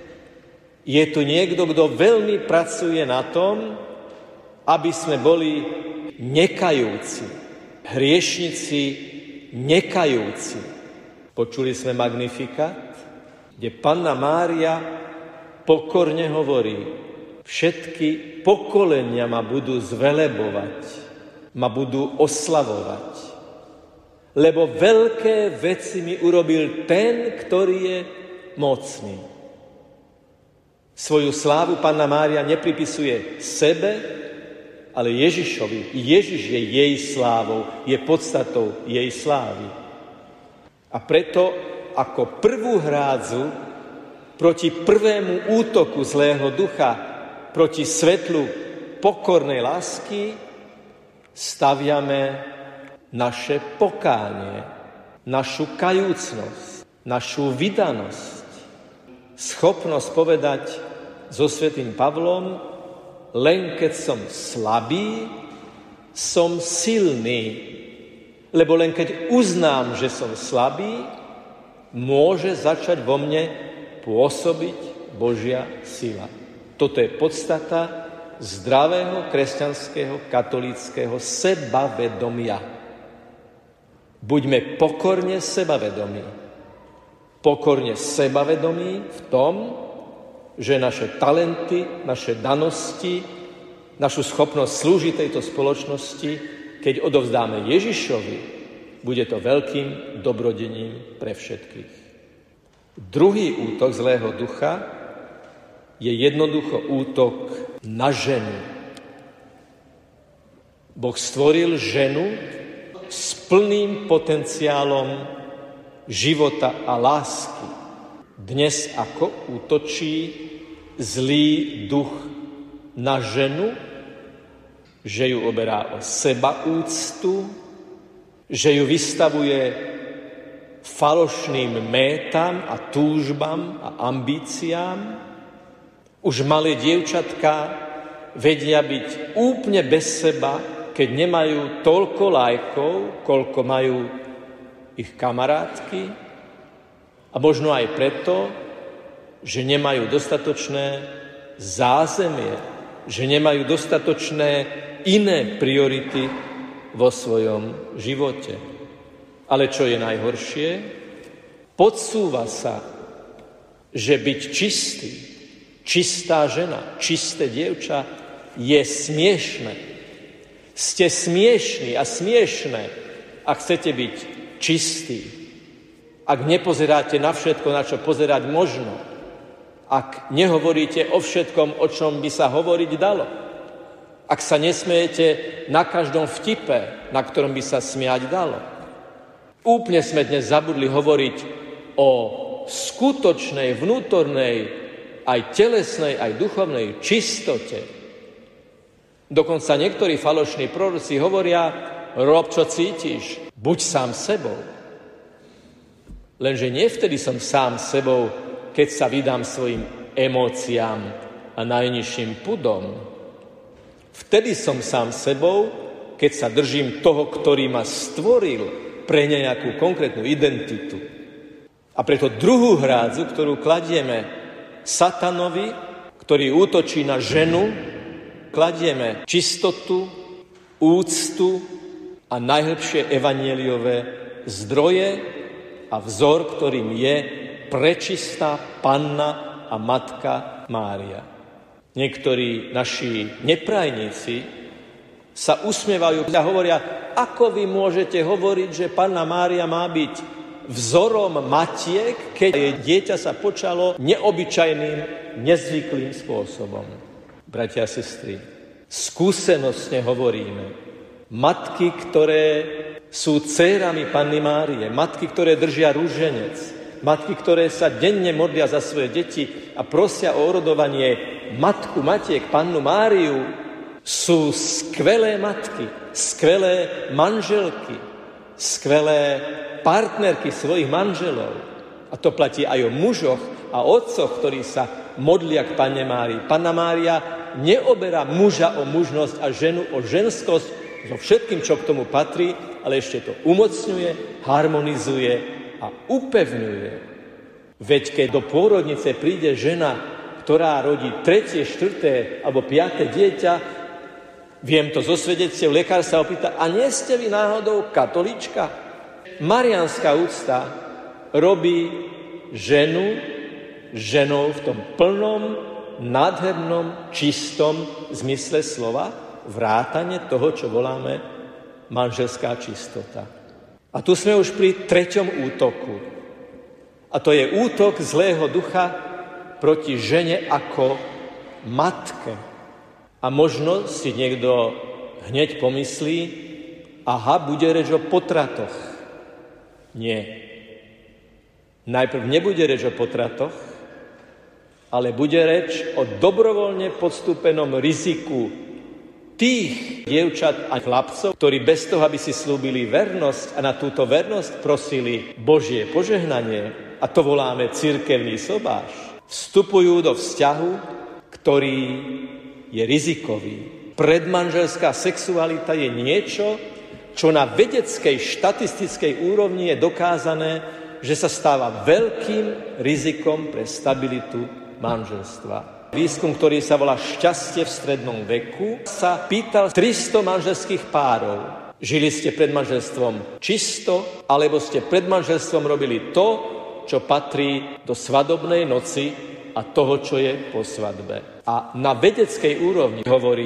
Je tu niekto, kto veľmi pracuje na tom, aby sme boli nekajúci, hriešnici nekajúci. Počuli sme Magnifikát, kde Panna Mária pokorne hovorí: všetky pokolenia ma budú zvelebovať, ma budú oslavovať, lebo veľké veci mi urobil ten, ktorý je mocný. Svoju slávu Panna Mária nepripisuje sebe, ale Ježišovi. Ježiš je jej slávou, je podstatou jej slávy. A preto ako prvú hrádzu proti prvému útoku zlého ducha, proti svetlu pokornej lásky staviame naše pokánie, našu kajúcnosť, našu vydanosť, schopnosť povedať so svätým Pavlom: len keď som slabý, som silný. Lebo len keď uznám, že som slabý, môže začať vo mne pôsobiť Božia sila. Toto je podstata zdravého kresťanského katolíckeho sebavedomia. Buďme pokorne sebavedomí. Pokorne sebavedomí v tom, že naše talenty, naše danosti, našu schopnosť slúžiť tejto spoločnosti, keď odovzdáme Ježišovi bude to veľkým dobrodením pre všetkých. Druhý útok zlého ducha je jednoducho útok na ženu. Boh stvoril ženu s plným potenciálom života a lásky. Dnes ako útočí zlý duch na ženu, že ju oberá o sebaúctu, že ju vystavuje falošným métam a túžbám a ambíciám. Už malé dievčatka vedia byť úplne bez seba, keď nemajú toľko lajkov, koľko majú ich kamarátky, a možno aj preto, že nemajú dostatočné zázemie, že nemajú dostatočné iné priority vo svojom živote. Ale čo je najhoršie, podsúva sa, že byť čistý, čistá žena, čisté dievča je smiešné. Ste smiešní a smiešné, ak chcete byť čistí. Ak nepozeráte na všetko, na čo pozerať možno. Ak nehovoríte o všetkom, o čom by sa hovoriť dalo. Ak sa nesmejete na každom vtipe, na ktorom by sa smiať dalo. Úplne sme dnes zabudli hovoriť o skutočnej, vnútornej, aj telesnej, aj duchovnej čistote. Dokonca niektorí falošní proroci hovoria, rob, čo cítiš, buď sám sebou. Lenže nie vtedy som sám sebou, keď sa vydám svojim emóciám a najnižším pudom. Vtedy som sám sebou, keď sa držím toho, ktorý ma stvoril pre nejakú konkrétnu identitu. A preto druhú hrádzu, ktorú kladieme satanovi, ktorý útočí na ženu, kladieme čistotu, úctu a najhlbšie evanjeliové zdroje a vzor, ktorým je prečistá Panna a Matka Mária. Niektorí naši neprajníci sa usmievajú a hovoria, ako vy môžete hovoriť, že Panna Mária má byť vzorom matiek, keď jej dieťa sa počalo neobyčajným, nezvyklým spôsobom. Bratia a sestry, skúsenostne hovoríme, matky, ktoré sú dcérami Panny Márie, matky, ktoré držia rúženec, matky, ktoré sa denne modlia za svoje deti a prosia o orodovanie matku matiek, Pannu Máriu, sú skvelé matky, skvelé manželky, skvelé partnerky svojich manželov. A to platí aj o mužoch a otcoch, ktorí sa modlia k Panne Márii. Panna Mária neoberá muža o mužnosť a ženu o ženskosť so všetkým, čo k tomu patrí, ale ešte to umocňuje, harmonizuje a upevňuje. Veď keď do pôrodnice príde žena, ktorá rodí tretie, štvrté alebo piate dieťa, viem to zo svedectiev, lekár sa opýta, a nie ste vy náhodou katolíčka? Mariánska úcta robí ženu ženou v tom plnom, nádhernom, čistom zmysle slova, vrátane toho, čo voláme manželská čistota. A tu sme už pri treťom útoku. A to je útok zlého ducha proti žene ako matke. A možno si niekto hneď pomyslí, aha, bude reč o potratoch. Nie. Najprv nebude reč o potratoch, ale bude reč o dobrovoľne podstúpenom riziku tých dievčat a chlapcov, ktorí bez toho, aby si slúbili vernosť a na túto vernosť prosili Božie požehnanie, a to voláme cirkevný sobáš, vstupujú do vzťahu, ktorý je rizikový. Predmanželská sexualita je niečo, čo na vedeckej štatistickej úrovni je dokázané, že sa stáva veľkým rizikom pre stabilitu manželstva. Výskum, ktorý sa volá Šťastie v strednom veku, sa pýtal tristo manželských párov. Žili ste pred manželstvom čisto, alebo ste pred manželstvom robili to, čo patrí do svadobnej noci a toho, čo je po svadbe. A na vedeckej úrovni hovorí,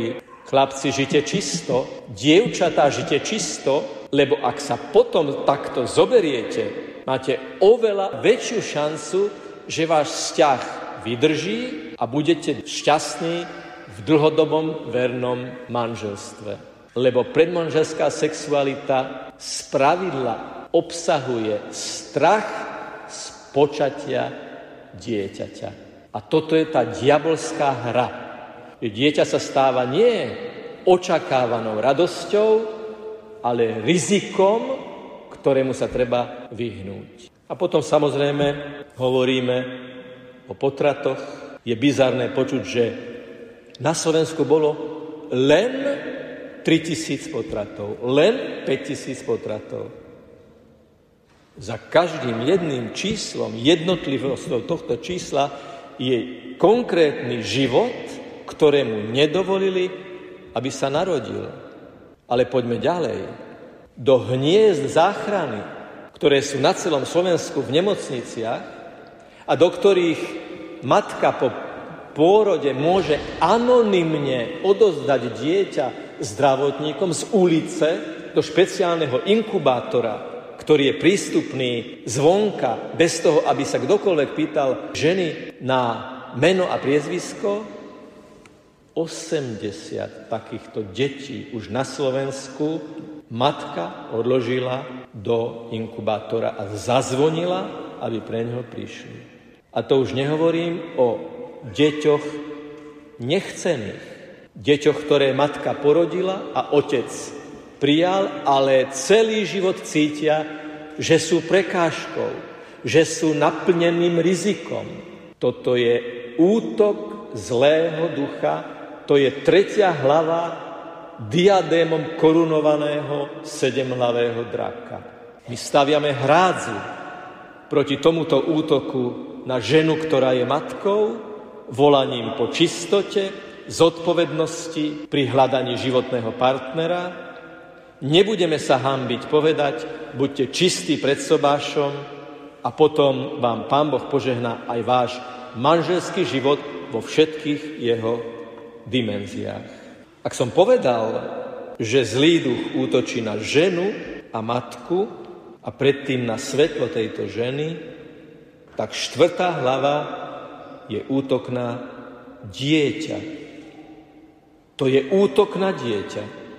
Chlapci, žite čisto, dievčatá, žite čisto, lebo ak sa potom takto zoberiete, máte oveľa väčšiu šancu, že váš vzťah vydrží a budete šťastní v dlhodobom vernom manželstve. Lebo predmanželská sexualita spravidla obsahuje strach z počatia dieťaťa. A toto je tá diabolská hra. Dieťa sa stáva nie očakávanou radosťou, ale rizikom, ktorému sa treba vyhnúť. A potom samozrejme hovoríme o potratoch. Je bizarné počuť, že na Slovensku bolo len tritisíc potratov, len päťtisíc potratov. Za každým jedným číslom, jednotlivosťou tohto čísla je konkrétny život, ktorému nedovolili, aby sa narodil. Ale poďme ďalej. Do hniezd záchrany, ktoré sú na celom Slovensku v nemocniciach a do ktorých matka po pôrode môže anonymne odozdať dieťa zdravotníkom z ulice do špeciálneho inkubátora, ktorý je prístupný zvonka, bez toho, aby sa kdokoľvek pýtal ženy na meno a priezvisko. osemdesiat takýchto detí už na Slovensku matka odložila do inkubátora a zazvonila, aby pre ňoho prišli. A to už nehovorím o deťoch nechcených. Deťoch, ktoré matka porodila a otec prijal, ale celý život cítia, že sú prekážkou, že sú naplneným rizikom. Toto je útok zlého ducha. To je tretia hlava diadémom korunovaného sedemhlavého draka. My staviame hrádzu proti tomuto útoku na ženu, ktorá je matkou, volaním po čistote, zodpovednosti pri hľadaní životného partnera. Nebudeme sa hanbiť povedať, buďte čistí pred sobášom a potom vám Pán Boh požehná aj váš manželský život vo všetkých jeho dimenziách. Ak som povedal, že zlý duch útočí na ženu a matku a predtým na svetlo tejto ženy, tak štvrtá hlava je útok na dieťa. To je útok na dieťa,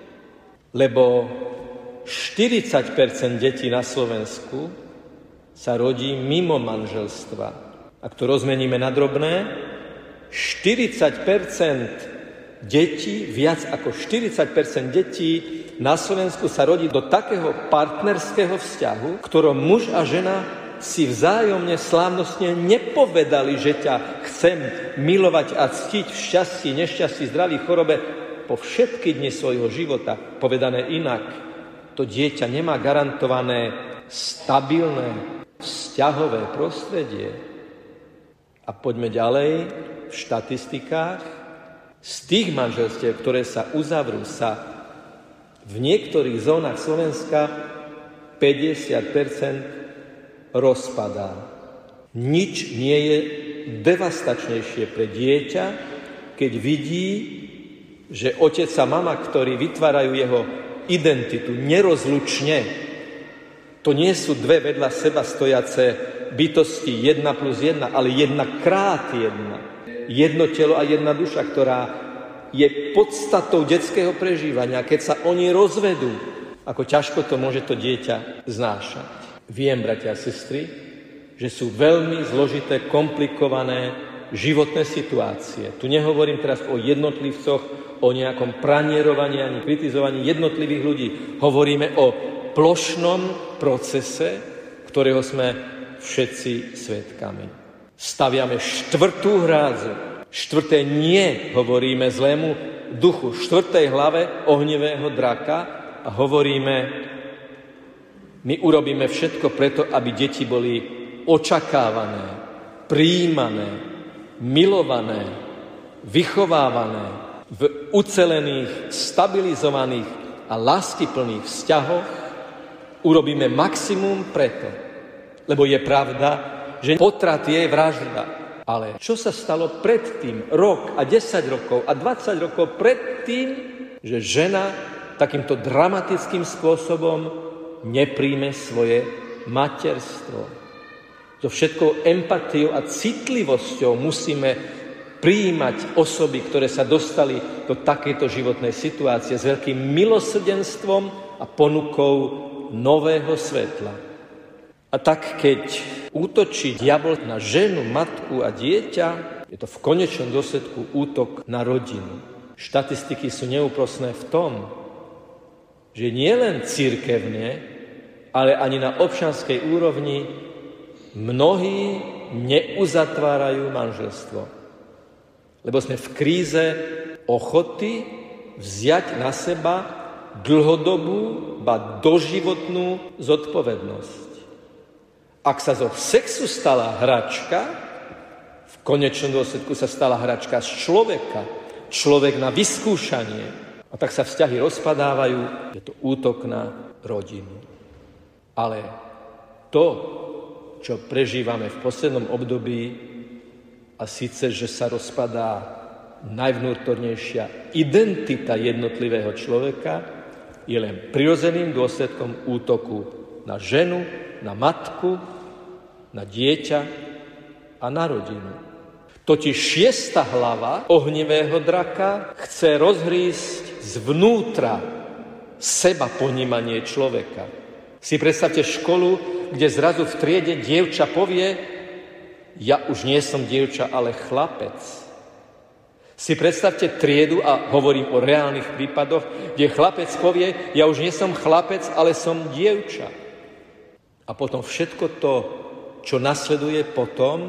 lebo štyridsať percent detí na Slovensku sa rodí mimo manželstva. Ak to rozmeníme na drobné, štyridsať percent detí, viac ako štyridsať percent detí na Slovensku sa rodí do takého partnerského vzťahu, ktorom muž a žena si vzájomne slávnostne nepovedali, že ťa chcem milovať a ctiť v šťastí, nešťastí, zdraví, chorobe po všetky dni svojho života. Povedané inak, to dieťa nemá garantované stabilné vzťahové prostredie. A poďme ďalej v štatistikách. Z tých manželstiev, ktoré sa uzavrú, sa v niektorých zónach Slovenska päťdesiat percent rozpadá. Nič nie je devastačnejšie pre dieťa, keď vidí, že otec a mama, ktorí vytvárajú jeho identitu nerozlučne, to nie sú dve vedľa seba stojace bytosti jedna plus jedna, ale jedna krát jedna. Jedno telo a jedna duša, ktorá je podstatou detského prežívania. Keď sa oni rozvedú, ako ťažko to môže to dieťa znášať. Viem, bratia a sestry, že sú veľmi zložité, komplikované životné situácie. Tu nehovorím teraz o jednotlivcoch, o nejakom pranierovaní ani kritizovaní jednotlivých ľudí. Hovoríme o plošnom procese, ktorého sme všetci svedkami. Staviame štvrtú hrádzu. Štvrté nie hovoríme zlému duchu. Štvrtej hlave ohnivého draka a hovoríme, my urobíme všetko preto, aby deti boli očakávané, prijímané, milované, vychovávané v ucelených, stabilizovaných a láskyplných vzťahoch. Urobíme maximum preto, lebo je pravda, že potrat je vražda. Ale čo sa stalo predtým, rok a desať rokov a dvadsať rokov predtým, že žena takýmto dramatickým spôsobom nepríjme svoje materstvo. So všetkou empatiou a citlivosťou musíme prijímať osoby, ktoré sa dostali do takejto životnej situácie s veľkým milosrdenstvom a ponukou nového svetla. A tak, keď útočí diabol na ženu, matku a dieťa, je to v konečnom dôsledku útok na rodinu. Štatistiky sú neúprosné v tom, že nie len cirkevne, ale ani na občianskej úrovni mnohí neuzatvárajú manželstvo. Lebo sme v kríze ochoty vziať na seba dlhodobú, ba doživotnú zodpovednosť. Ak sa zo sexu stala hračka, v konečnom dôsledku sa stala hračka z človeka, človek na vyskúšanie, a tak sa vzťahy rozpadávajú, je to útok na rodinu. Ale to, čo prežívame v poslednom období, a síce, že sa rozpadá najvnútornejšia identita jednotlivého človeka, je len prirodzeným dôsledkom útoku na ženu, na matku, na dieťa a na rodinu. Totiž šiesta hlava ohnivého draka chce rozhrísť zvnútra seba ponímanie človeka. Si predstavte školu, kde zrazu v triede dievča povie: ja už nie som dievča, ale chlapec. Si predstavte triedu, a hovorím o reálnych prípadoch, kde chlapec povie: ja už nie som chlapec, ale som dievča. A potom všetko to, čo nasleduje potom,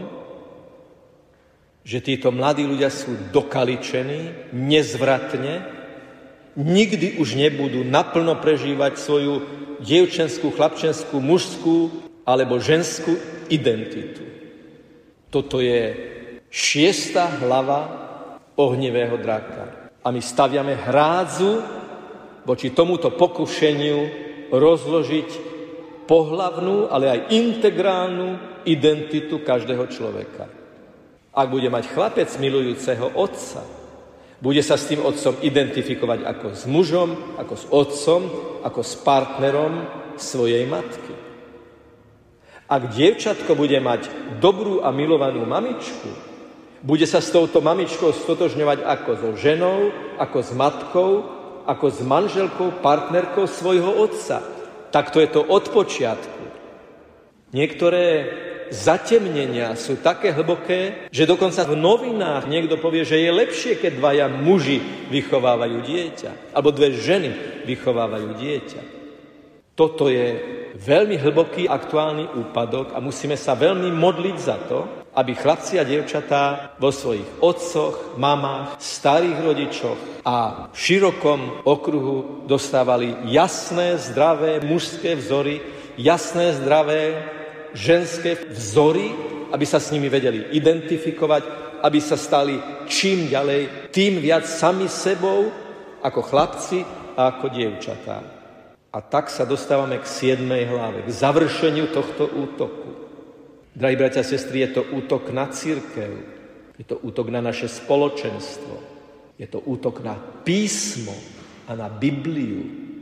že títo mladí ľudia sú dokaličení, nezvratne, nikdy už nebudú naplno prežívať svoju dievčenskú, chlapčenskú, mužskú alebo ženskú identitu. Toto je šiesta hlava ohnivého draka. A my staviame hrádzu voči tomuto pokušeniu rozložiť pohlavnú, ale aj integrálnu identitu každého človeka. Ak bude mať chlapec milujúceho otca, bude sa s tým otcom identifikovať ako s mužom, ako s otcom, ako s partnerom svojej matky. Ak dievčatko bude mať dobrú a milovanú mamičku, bude sa s touto mamičkou stotožňovať ako so ženou, ako s matkou, ako s manželkou, partnerkou svojho otca. Takto je to od počiatku. Niektoré zatemnenia sú také hlboké, že dokonca v novinách niekto povie, že je lepšie, keď dvaja muži vychovávajú dieťa, alebo dve ženy vychovávajú dieťa. Toto je veľmi hlboký aktuálny úpadok a musíme sa veľmi modliť za to, aby chlapci a dievčatá vo svojich otcoch, mamách, starých rodičoch a v širokom okruhu dostávali jasné, zdravé mužské vzory, jasné, zdravé ženské vzory, aby sa s nimi vedeli identifikovať, aby sa stali čím ďalej, tým viac sami sebou, ako chlapci a ako dievčatá. A tak sa dostávame k siedmej hlave, k završeniu tohto útoku. Drahí bratia a sestry, je to útok na cirkev, je to útok na naše spoločenstvo, je to útok na písmo a na Bibliu.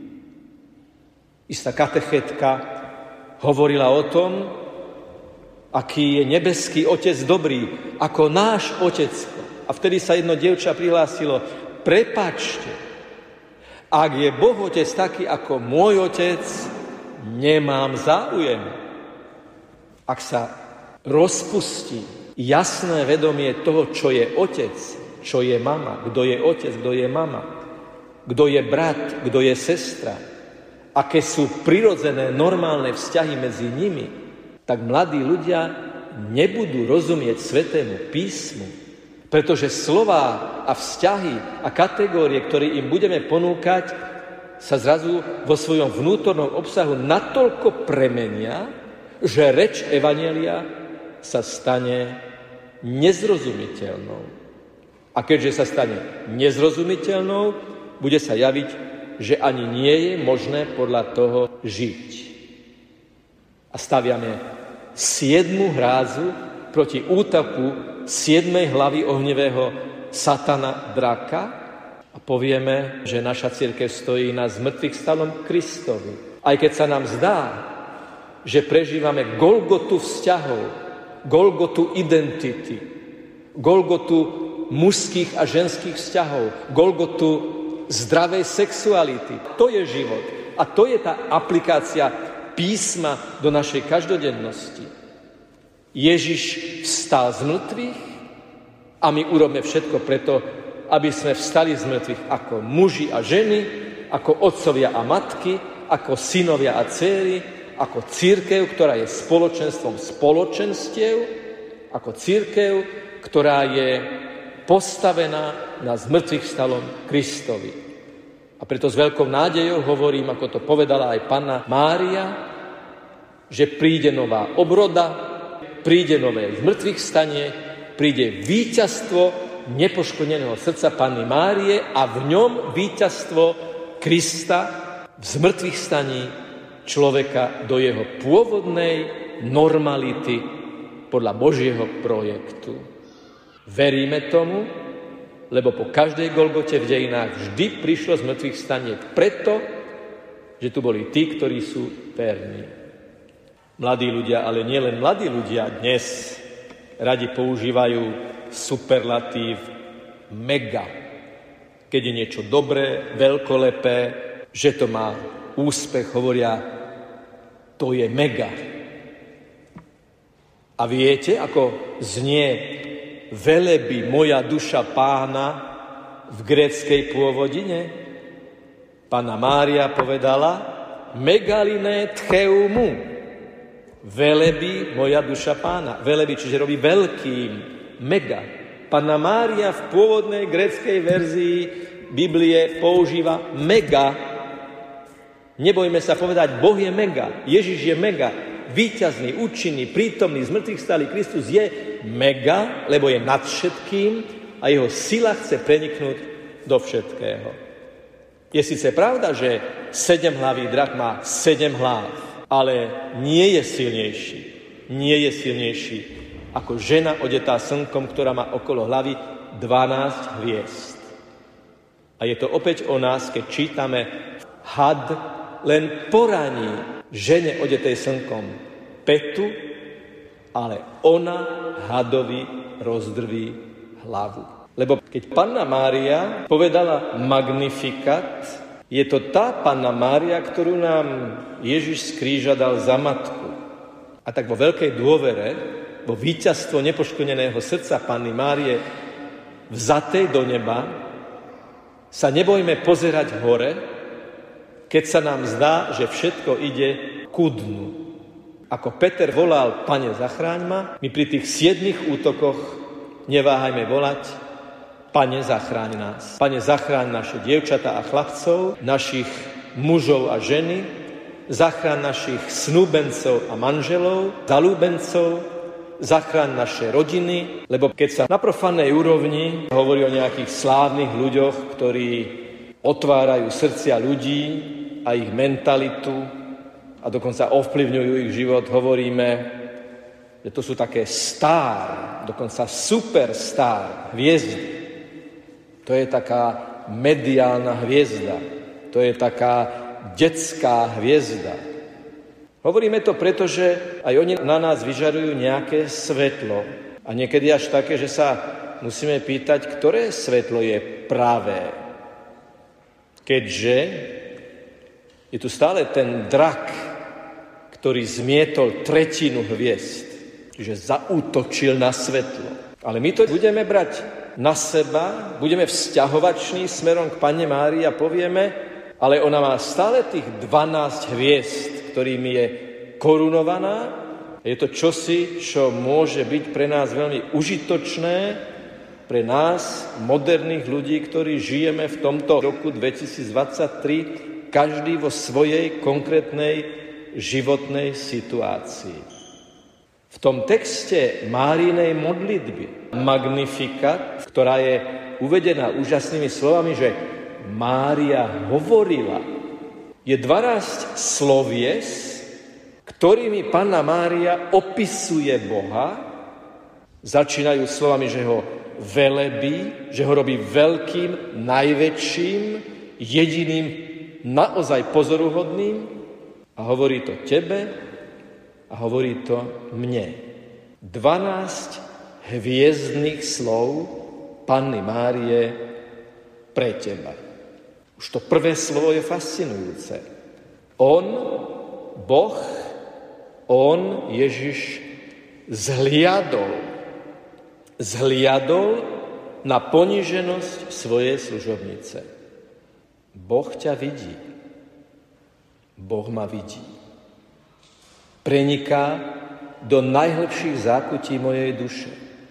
Istá katechetka hovorila o tom, aký je nebeský Otec dobrý, ako náš Otecko. A vtedy sa jedno dievča prihlásilo: prepáčte, ak je Boh Otec taký ako môj Otec, nemám záujem. Ak sa rozpustí jasné vedomie toho, čo je Otec, čo je mama, kto je Otec, kto je mama, kto je brat, kto je sestra, aké sú prirodzené, normálne vzťahy medzi nimi, tak mladí ľudia nebudú rozumieť Svätému písmu, pretože slová a vzťahy a kategórie, ktoré im budeme ponúkať, sa zrazu vo svojom vnútornom obsahu natoľko premenia, že reč evanjelia sa stane nezrozumiteľnou. A keďže sa stane nezrozumiteľnou, bude sa javiť, že ani nie je možné podľa toho žiť. A staviame siedmu hrádzu proti útoku siedmej hlavy ohnivého satana draka, A povieme, že naša cirkev stojí na zmŕtvychvstalom Kristovi. Aj keď sa nám zdá, že prežívame Golgotu vzťahov, Golgotu identity, Golgotu mužských a ženských vzťahov, Golgotu zdravej sexuality. To je život. A to je tá aplikácia písma do našej každodennosti. Ježiš vstal z mŕtvych a my urobíme všetko preto, aby sme vstali z mŕtvych ako muži a ženy, ako otcovia a matky, ako synovia a dcéry, ako cirkev, ktorá je spoločenstvom spoločenstiev, ako cirkev, ktorá je postavená na zmŕtvychvstalom Kristovi. A preto s veľkou nádejou hovorím, ako to povedala aj Panna Mária, že príde nová obroda, príde nové zmŕtvychvstanie, príde víťazstvo nepoškodeného srdca Panny Márie a v ňom víťazstvo Krista v zmŕtvychvstaní človeka do jeho pôvodnej normality podľa Božieho projektu. Veríme tomu, lebo po každej Golgote v dejinách vždy prišlo zmŕtvychvstanie preto, že tu boli tí, ktorí sú verní. Mladí ľudia, ale nielen mladí ľudia dnes radi používajú superlatív mega. Keď je niečo dobré, veľkolepé, že to má úspech, hovoria, to je mega. A viete, ako znie velebí moja duša Pána v gréckej pôvodine? Panna Mária povedala megaliné tcheumu. Velebí moja duša Pána. Velebí, čiže robí veľkým. Mega. Panna Mária v pôvodnej gréckej verzii Biblie používa mega. Nebojme sa povedať, Boh je mega, Ježiš je mega, víťazný, účinný, prítomný, zmŕtvychvstalý Kristus je mega, lebo je nad všetkým a jeho sila chce preniknúť do všetkého. Je síce pravda, že sedemhlavý drak má sedem hlav, ale nie je silnejší. Nie je silnejší ako žena odetá slnkom, ktorá má okolo hlavy dvanásť hviezd. A je to opäť o nás, keď čítame, had len poraní žene odetej slnkom petu, ale ona hadovi rozdrví hlavu. Lebo keď Panna Mária povedala Magnificat, je to tá Panna Mária, ktorú nám Ježiš z kríža dal za matku. A tak vo veľkej dôvere, vo víťazstvo nepoškodeného srdca Panny Márie vzatej do neba, sa nebojme pozerať hore, keď sa nám zdá, že všetko ide ku dnu. Ako Peter volal, Pane, zachráň ma, my pri tých siedmich útokoch neváhajme volať, Pane, zachráň nás. Pane, zachráň naše dievčatá a chlapcov, našich mužov a ženy, zachráň našich snúbencov a manželov, zalúbencov, zachráň naše rodiny, lebo keď sa na profánnej úrovni hovorí o nejakých slávnych ľuďoch, ktorí otvárajú srdcia ľudí a ich mentalitu a dokonca ovplyvňujú ich život, hovoríme, že to sú také star, dokonca superstar hviezdy. To je taká mediálna hviezda, to je taká detská hviezda. Hovoríme to preto, že aj oni na nás vyžarujú nejaké svetlo. A niekedy až také, že sa musíme pýtať, ktoré svetlo je pravé. Keďže je tu stále ten drak, ktorý zmietol tretinu hviezd, čiže zaútočil na svetlo. Ale my to budeme brať na seba, budeme vzťahovační smerom k Panne Márii a povieme, ale ona má stále tých dvanásť hviezd, ktorými je korunovaná. Je to čosi, čo môže byť pre nás veľmi užitočné, pre nás, moderných ľudí, ktorí žijeme v tomto roku dvetisícdvadsaťtri, každý vo svojej konkrétnej životnej situácii. V tom texte Márinej modlitby Magnificat, ktorá je uvedená úžasnými slovami, že Mária hovorila, je dvanásť slovies, ktorými Panna Mária opisuje Boha. Začínajú slovami, že ho velebí, že ho robí veľkým, najväčším, jediným, naozaj pozoruhodným a hovorí to tebe a hovorí to mne. dvanásť hviezdnych slov Panny Márie pre teba. Už to prvé slovo je fascinujúce. On, Boh, on, Ježiš, zhliadol, zhliadol na poníženosť svojej služobnice. Boh ťa vidí. Boh ma vidí. Preniká do najhlbších zákutí mojej duše.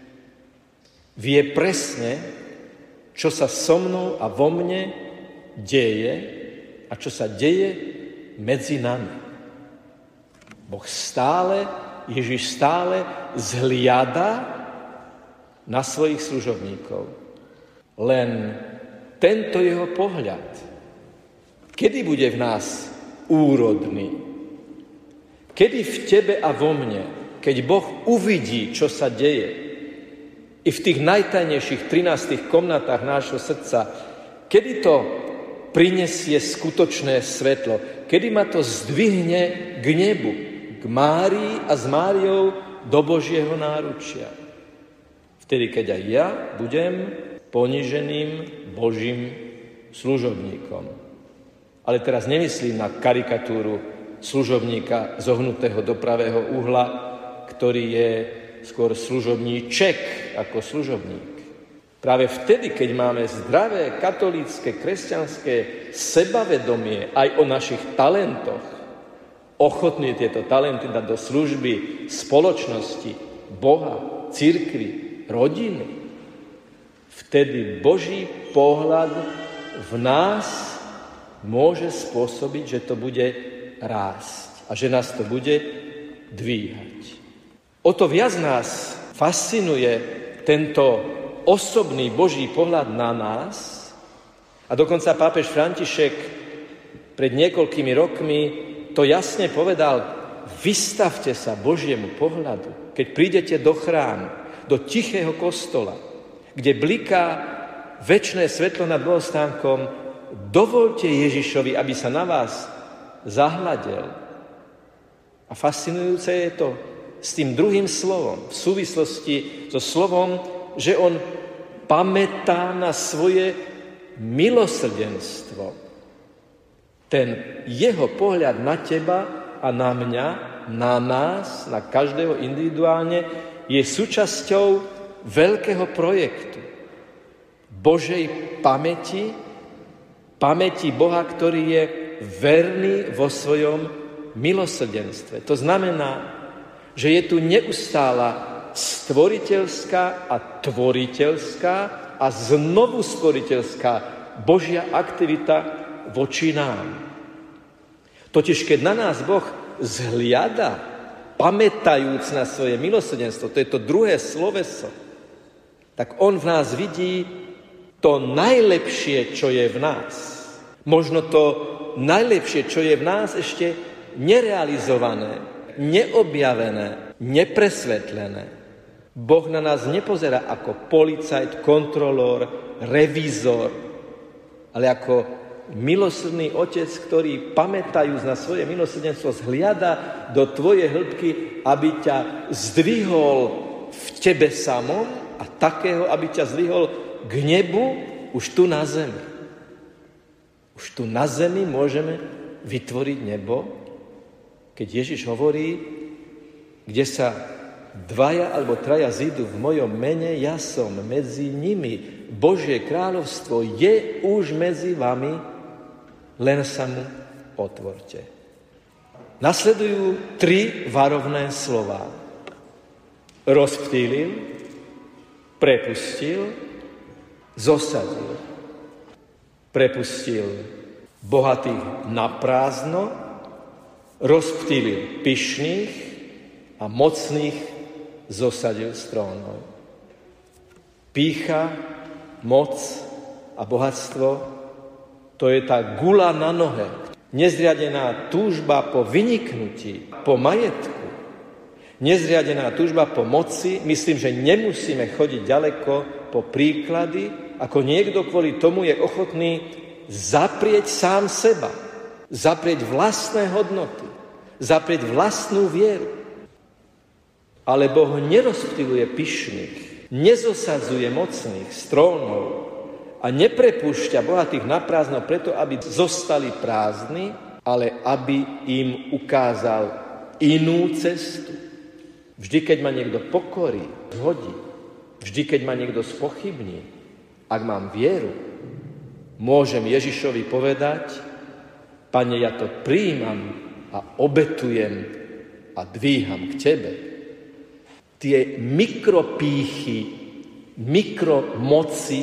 Vie presne, čo sa so mnou a vo mne deje a čo sa deje medzi nami. Boh stále, Ježiš stále zhliada na svojich služobníkov. Len tento jeho pohľad, kedy bude v nás úrodný? Kedy v tebe a vo mne, keď Boh uvidí, čo sa deje, i v tých najtajnejších trinástich komnatách nášho srdca, kedy to prinesie skutočné svetlo, kedy ma to zdvihne k nebu, k Márii a s Máriou do Božieho náručia. Vtedy, keď aj ja budem poníženým Božím služobníkom. Ale teraz nemyslím na karikatúru služobníka zohnutého do pravého uhla, ktorý je skôr služobníček ako služobník. Práve vtedy, keď máme zdravé, katolícke, kresťanské sebavedomie aj o našich talentoch, ochotní tieto talenty dať do služby spoločnosti, Boha, cirkvi, rodiny, vtedy Boží pohľad v nás môže spôsobiť, že to bude rásť a že nás to bude dvíhať. O to viac nás fascinuje tento osobný Boží pohľad na nás a dokonca pápež František pred niekoľkými rokmi to jasne povedal: vystavte sa Božiemu pohľadu, keď prídete do chrámu, do tichého kostola, kde bliká večné svetlo nad bohostánkom, dovoľte Ježišovi, aby sa na vás zahľadel. A fascinujúce je to s tým druhým slovom, v súvislosti so slovom, že on pamätá na svoje milosrdenstvo. Ten jeho pohľad na teba a na mňa, na nás, na každého individuálne, je súčasťou veľkého projektu Božej pamäti, pamäti Boha, ktorý je verný vo svojom milosrdenstve. To znamená, že je tu neustála stvoriteľská a tvoriteľská a znovu stvoriteľská Božia aktivita voči nám. Totiž, keď na nás Boh zhliada, pamätajúc na svoje milosrdenstvo, to je to druhé sloveso, tak on v nás vidí to najlepšie, čo je v nás. Možno to najlepšie, čo je v nás ešte nerealizované, neobjavené, nepresvetlené. Boh na nás nepozerá ako policajt, kontrolór, revízor, ale ako milosrdný otec, ktorý pamätajúc na svoje milosrdenstvo zhliada do tvojej hĺbky, aby ťa zdvihol v tebe samom a takého, aby ťa zdvihol k nebu už tu na zemi. Už tu na zemi môžeme vytvoriť nebo, keď Ježiš hovorí, kde sa dvaja alebo traja zídu v mojom mene, ja som medzi nimi. Božie kráľovstvo je už medzi vami, len sa mu otvorte. Nasledujú tri varovné slová. Rozptýlil, prepustil, zosadil. Prepustil bohatých na prázdno, rozptýlil pyšných a mocných zosadil z trónov. Pýcha, moc a bohatstvo, to je tá gula na nohe, nezriadená túžba po vyniknutí, po majetku, nezriadená túžba po moci. Myslím, že nemusíme chodiť ďaleko po príklady, ako niekto kvôli tomu je ochotný zaprieť sám seba, zaprieť vlastné hodnoty, zaprieť vlastnú vieru. Ale Boh nerozptýluje pyšných, nezosadzuje mocných z trónov a neprepúšťa bohatých na prázdno preto, aby zostali prázdni, ale aby im ukázal inú cestu. Vždy, keď ma niekto pokorí, zhodí, vždy, keď ma niekto spochybní, ak mám vieru, môžem Ježišovi povedať: Pane, ja to prijímam a obetujem a dvíham k Tebe. Tie mikropýchy, mikromoci,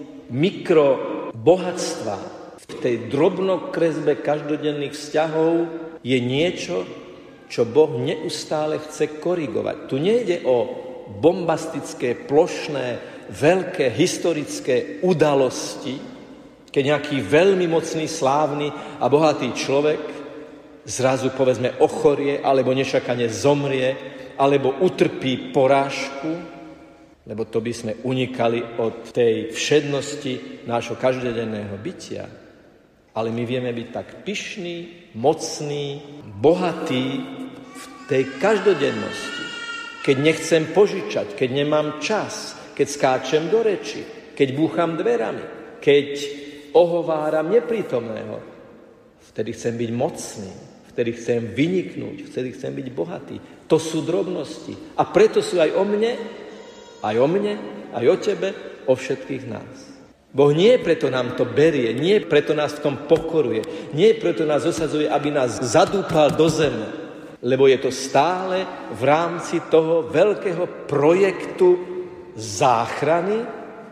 mikrobohatstva v tej drobnokresbe každodenných vzťahov je niečo, čo Boh neustále chce korigovať. Tu nejde o bombastické, plošné, veľké historické udalosti, keď nejaký veľmi mocný, slávny a bohatý človek zrazu, povedzme, ochorie, alebo nečakane zomrie, alebo utrpí porážku, lebo to by sme unikali od tej všednosti nášho každodenného bytia. Ale my vieme byť tak pyšní, mocní, bohatí v tej každodennosti. Keď nechcem požičať, keď nemám čas, keď skáčem do reči, keď búcham dverami, keď ohováram neprítomného, vtedy chcem byť mocný, vtedy chcem vyniknúť, vtedy chcem byť bohatý. To sú drobnosti. A preto sú aj o mne, aj o mne, aj o tebe, o všetkých nás. Boh nie preto nám to berie, nie preto nás v tom pokoruje, nie preto nás osadzuje, aby nás zadúpal do zeme, lebo je to stále v rámci toho veľkého projektu záchrany,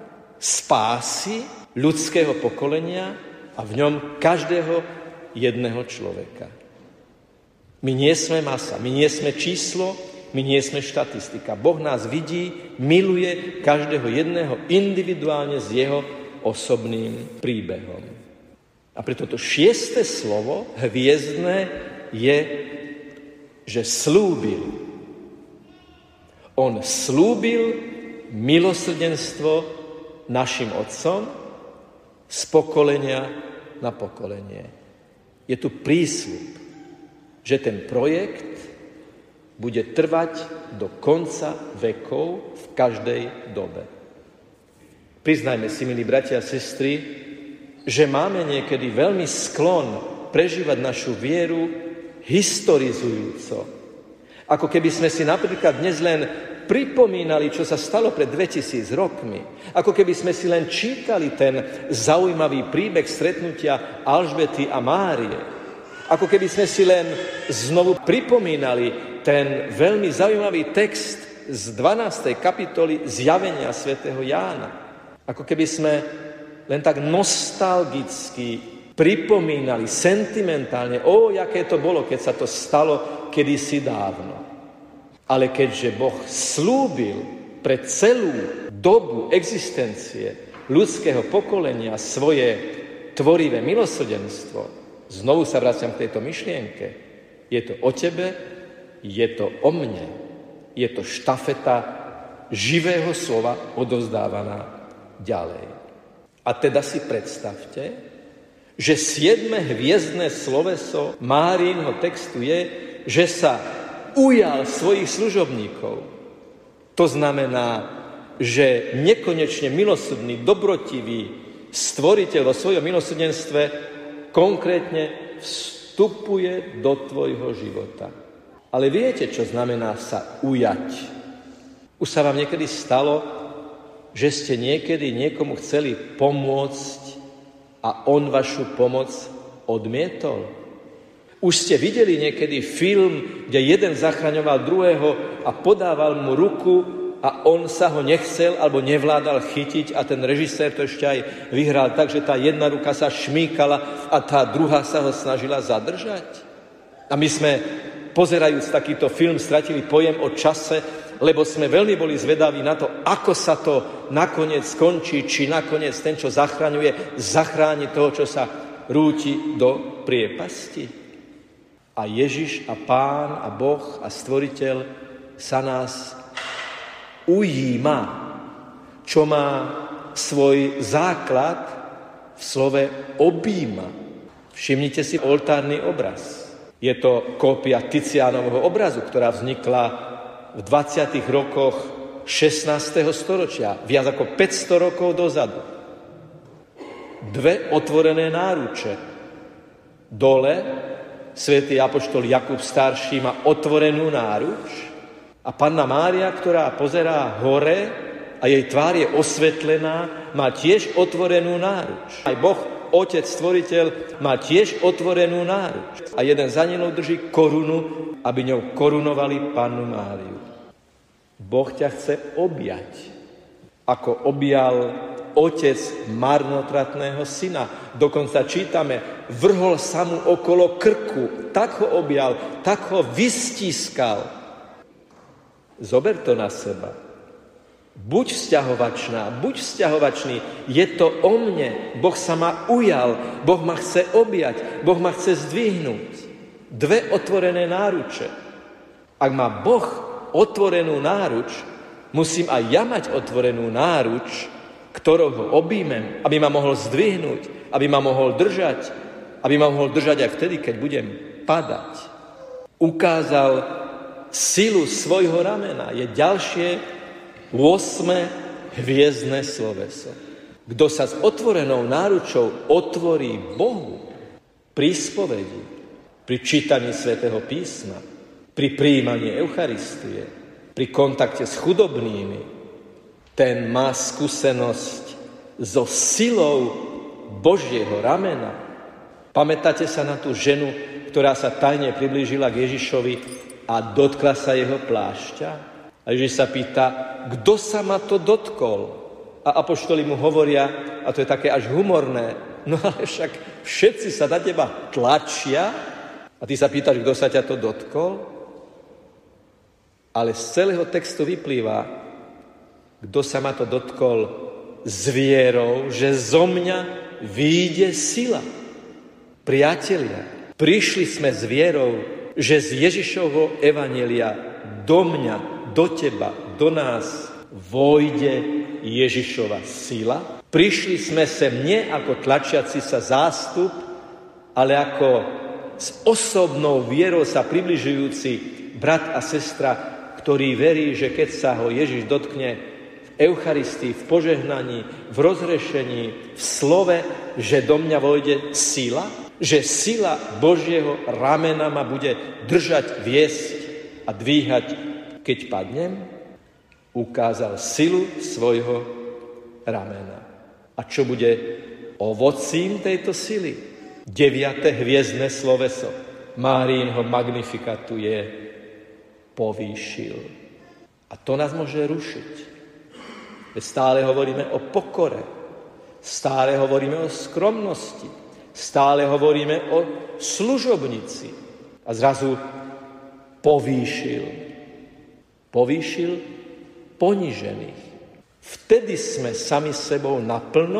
spásy ľudského pokolenia a v ňom každého jedného človeka. My nie sme masa, my nie sme číslo, my nie sme štatistika. Boh nás vidí, miluje každého jedného individuálne s jeho osobným príbehom. A preto to šieste slovo, hviezdne, je, že slúbil. On slúbil milosrdenstvo našim otcom z pokolenia na pokolenie. Je tu prísľub, že ten projekt bude trvať do konca vekov v každej dobe. Priznajme si, milí bratia a sestry, že máme niekedy veľmi sklon prežívať našu vieru historizujúco. Ako keby sme si napríklad dnes len pripomínali, čo sa stalo pred dvetisíc rokmi. Ako keby sme si len čítali ten zaujímavý príbeh stretnutia Alžbety a Márie. Ako keby sme si len znovu pripomínali ten veľmi zaujímavý text z dvanástej kapitoly Zjavenia svätého Jána. Ako keby sme len tak nostalgicky pripomínali, sentimentálne, o, jaké to bolo, keď sa to stalo kedysi dávno. Ale keďže Boh slúbil pre celú dobu existencie ľudského pokolenia svoje tvorivé milosrdenstvo, znovu sa vraciam k tejto myšlienke, je to o tebe, je to o mne, je to štafeta živého slova odovzdávaná ďalej. A teda si predstavte, že siedme hviezdne sloveso Márínho textu je, že sa ujal svojich služobníkov. To znamená, že nekonečne milosrdný, dobrotivý stvoriteľ vo svojom milosrdenstve konkrétne vstupuje do tvojho života. Ale viete, čo znamená sa ujať? Už sa vám niekedy stalo, že ste niekedy niekomu chceli pomôcť a on vašu pomoc odmietol? Už ste videli niekedy film, kde jeden zachraňoval druhého a podával mu ruku a on sa ho nechcel alebo nevládal chytiť a ten režisér to ešte aj vyhral tak, že tá jedna ruka sa šmýkala a tá druhá sa ho snažila zadržať? A my sme, pozerajúc takýto film, stratili pojem o čase, lebo sme veľmi boli zvedaví na to, ako sa to nakoniec skončí, či nakoniec ten, čo zachraňuje, zachráni toho, čo sa rúti do priepasti. A Ježiš a Pán a Boh a Stvoriteľ sa nás ujíma. čo má svoj základ v slove objíma. Všimnite si oltárny obraz. Je to kópia Tizianovho obrazu, ktorá vznikla v dvadsiatych rokoch šestnásteho storočia, viac ako päťsto rokov dozadu. Dve otvorené náruče. Dole svätý apoštol Jakub starší má otvorenú náruč a Panna Mária, ktorá pozerá hore a jej tvár je osvetlená, má tiež otvorenú náruč. Aj Boh, Otec, Stvoriteľ, má tiež otvorenú náruč. A jeden z anielov drží korunu, aby ňou korunovali Pannu Máriu. Boh ťa chce objať, ako objal otec marnotratného syna. Dokonca čítame, vrhol sa mu okolo krku, tak ho objal, tak ho vystískal. Zober to na seba. Buď vzťahovačná, buď vzťahovačný, je to o mne. Boh sa ma ujal, Boh ma chce objať, Boh ma chce zdvihnúť. Dve otvorené náruče. Ak má Boh otvorenú náruč, musím aj ja mať otvorenú náruč, ktorou ho objímem, aby ma mohol zdvihnúť, aby ma mohol držať, aby ma mohol držať aj vtedy, keď budem padať. Ukázal silu svojho ramena. Je ďalšie ôsme hviezdne sloveso. Kto sa s otvorenou náručou otvorí Bohu pri spovedi, pri čítaní svätého písma, pri prijímaní Eucharistie, pri kontakte s chudobnými, ten má skúsenosť so silou Božieho ramena. Pamätáte sa na tú ženu, ktorá sa tajne priblížila k Ježišovi a dotkla sa jeho plášťa? A Ježiš sa pýta, kto sa ma to dotkol? A apoštoli mu hovoria, a to je také až humorné, no ale však všetci sa na teba tlačia a ty sa pýtaš, kto sa ťa to dotkol? Ale z celého textu vyplýva, kto sa ma to dotkol s vierou, že zo mňa vyjde sila. Priatelia, prišli sme s vierou, že z Ježišovho evanjelia do mňa, do teba, do nás vojde Ježišova sila. Prišli sme sem nie ako tlačiaci sa zástup, ale ako s osobnou vierou sa približujúci brat a sestra, ktorý verí, že keď sa ho Ježiš dotkne v Eucharistii, v požehnaní, v rozrešení, v slove, že do mňa vojde sila, že sila Božieho ramena ma bude držať, viesť a dvíhať, keď padnem, ukázal silu svojho ramena. A čo bude ovocím tejto sily? Deviate hviezdne sloveso Máriinho magnifikatu je povýšil. A to nás môže rušiť. Stále hovoríme o pokore, stále hovoríme o skromnosti, stále hovoríme o služobnici. A zrazu povýšil. Povýšil ponižených. Vtedy sme sami sebou naplno,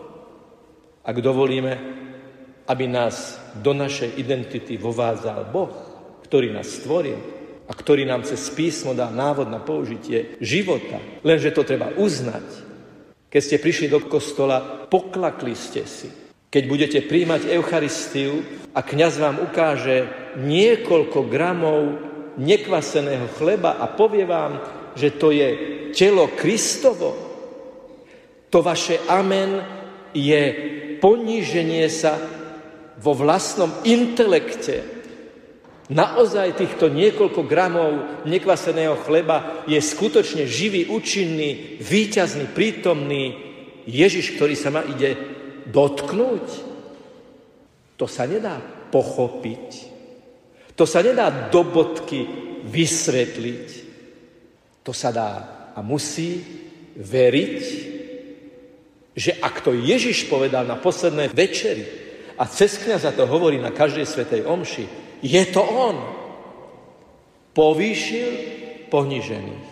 ak dovolíme, aby nás do našej identity vovádzal Boh, ktorý nás stvoril a ktorý nám cez písmo dá návod na použitie života. Lenže to treba uznať. Keď ste prišli do kostola, poklakli ste si. Keď budete príjmať Eucharistiu a kňaz vám ukáže niekoľko gramov nekvaseného chleba a povie vám, že to je telo Kristovo, to vaše amen je poníženie sa vo vlastnom intelekte. Naozaj týchto niekoľko gramov nekvaseného chleba je skutočne živý, účinný, víťazný, prítomný Ježiš, ktorý sa ma ide dotknúť. To sa nedá pochopiť. To sa nedá do bodky vysvetliť. To sa dá a musí veriť, že ak to Ježiš povedal na poslednej večeri a cez kňaza to hovorí na každej svätej omši, je to on. Povýšil ponížených.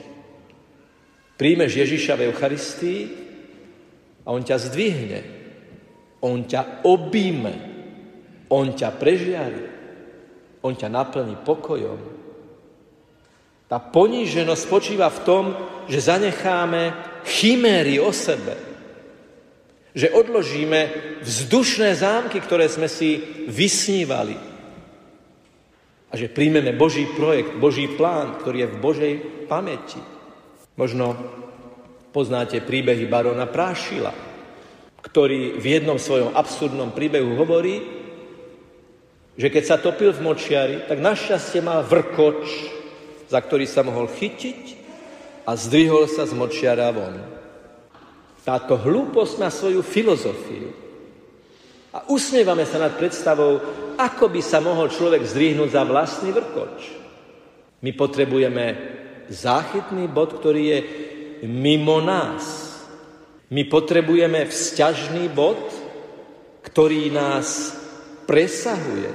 Príjmeš Ježiša v Eucharistii a on ťa zdvihne. On ťa obíme. On ťa prežiari. On ťa naplní pokojom. Tá poníženosť spočíva v tom, že zanecháme chiméry o sebe. Že odložíme vzdušné zámky, ktoré sme si vysnívali. A že príjmeme Boží projekt, Boží plán, ktorý je v Božej pamäti. Možno poznáte príbehy baróna Prášila, ktorý v jednom svojom absurdnom príbehu hovorí, že keď sa topil v močiari, tak našťastie mal vrkoč, za ktorý sa mohol chytiť a zdvihol sa z močiara von. Táto hlúposť má svoju filozofiu. A usmievame sa nad predstavou, ako by sa mohol človek zdvihnúť za vlastný vrkoč. My potrebujeme záchytný bod, ktorý je mimo nás. My potrebujeme vzťažný bod, ktorý nás presahuje.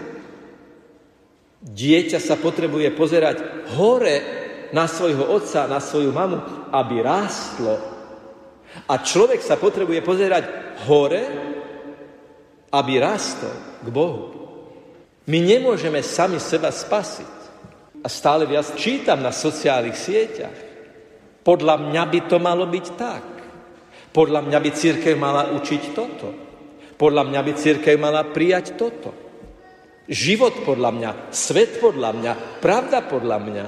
Dieťa sa potrebuje pozerať hore na svojho otca, na svoju mamu, aby rástlo. A človek sa potrebuje pozerať hore, aby rástol k Bohu. My nemôžeme sami seba spasiť. A stále viac čítam na sociálnych sieťach. Podľa mňa by to malo byť tak. Podľa mňa by cirkev mala učiť toto. Podľa mňa by cirkev mala prijať toto. Život podľa mňa, svet podľa mňa, pravda podľa mňa.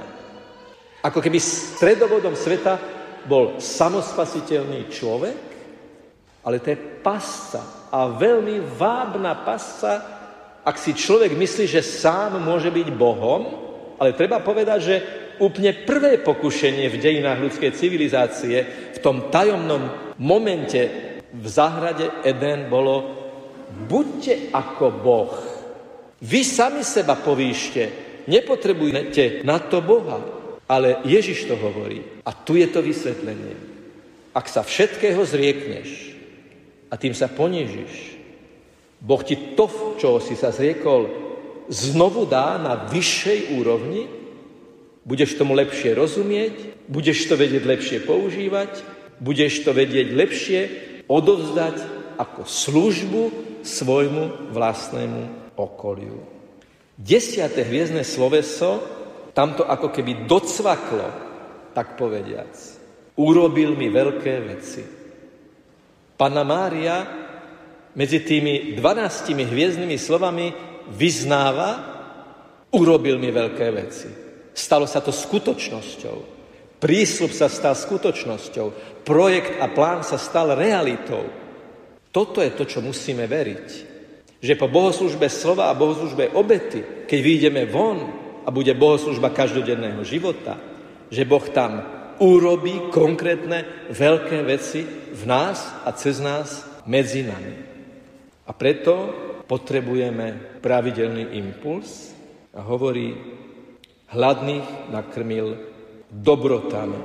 Ako keby stredovodom sveta bol samospasiteľný človek, ale to je pasca. A veľmi vábna pasca, ak si človek myslí, že sám môže byť Bohom, ale treba povedať, že úplne prvé pokušenie v dejinách ľudskej civilizácie v tom tajomnom momente v záhrade Eden bolo: buďte ako Boh. Vy sami seba povýšte, nepotrebujete na to Boha. Ale Ježiš to hovorí. A tu je to vysvetlenie. Ak sa všetkého zriekneš a tým sa ponížiš, Boh ti to, čo si sa zriekol, znovu dá na vyššej úrovni, budeš tomu lepšie rozumieť, budeš to vedieť lepšie používať, budeš to vedieť lepšie odovzdať ako službu svojmu vlastnému okoliu. Desiate hviezdne sloveso tamto ako keby docvaklo, tak povediac. Urobil mi veľké veci. Panna Mária medzi tými dvanástimi hviezdnymi slovami vyznáva: urobil mi veľké veci. Stalo sa to skutočnosťou. Prísľub sa stal skutočnosťou. Projekt a plán sa stal realitou. Toto je to, čo musíme veriť. Že po bohoslúžbe slova a bohoslúžbe obety, keď vyjdeme von a bude bohoslúžba každodenného života, že Boh tam urobí konkrétne veľké veci v nás a cez nás medzi nami. A preto potrebujeme pravidelný impuls a hovorí: hladných nakrmil dobrotami.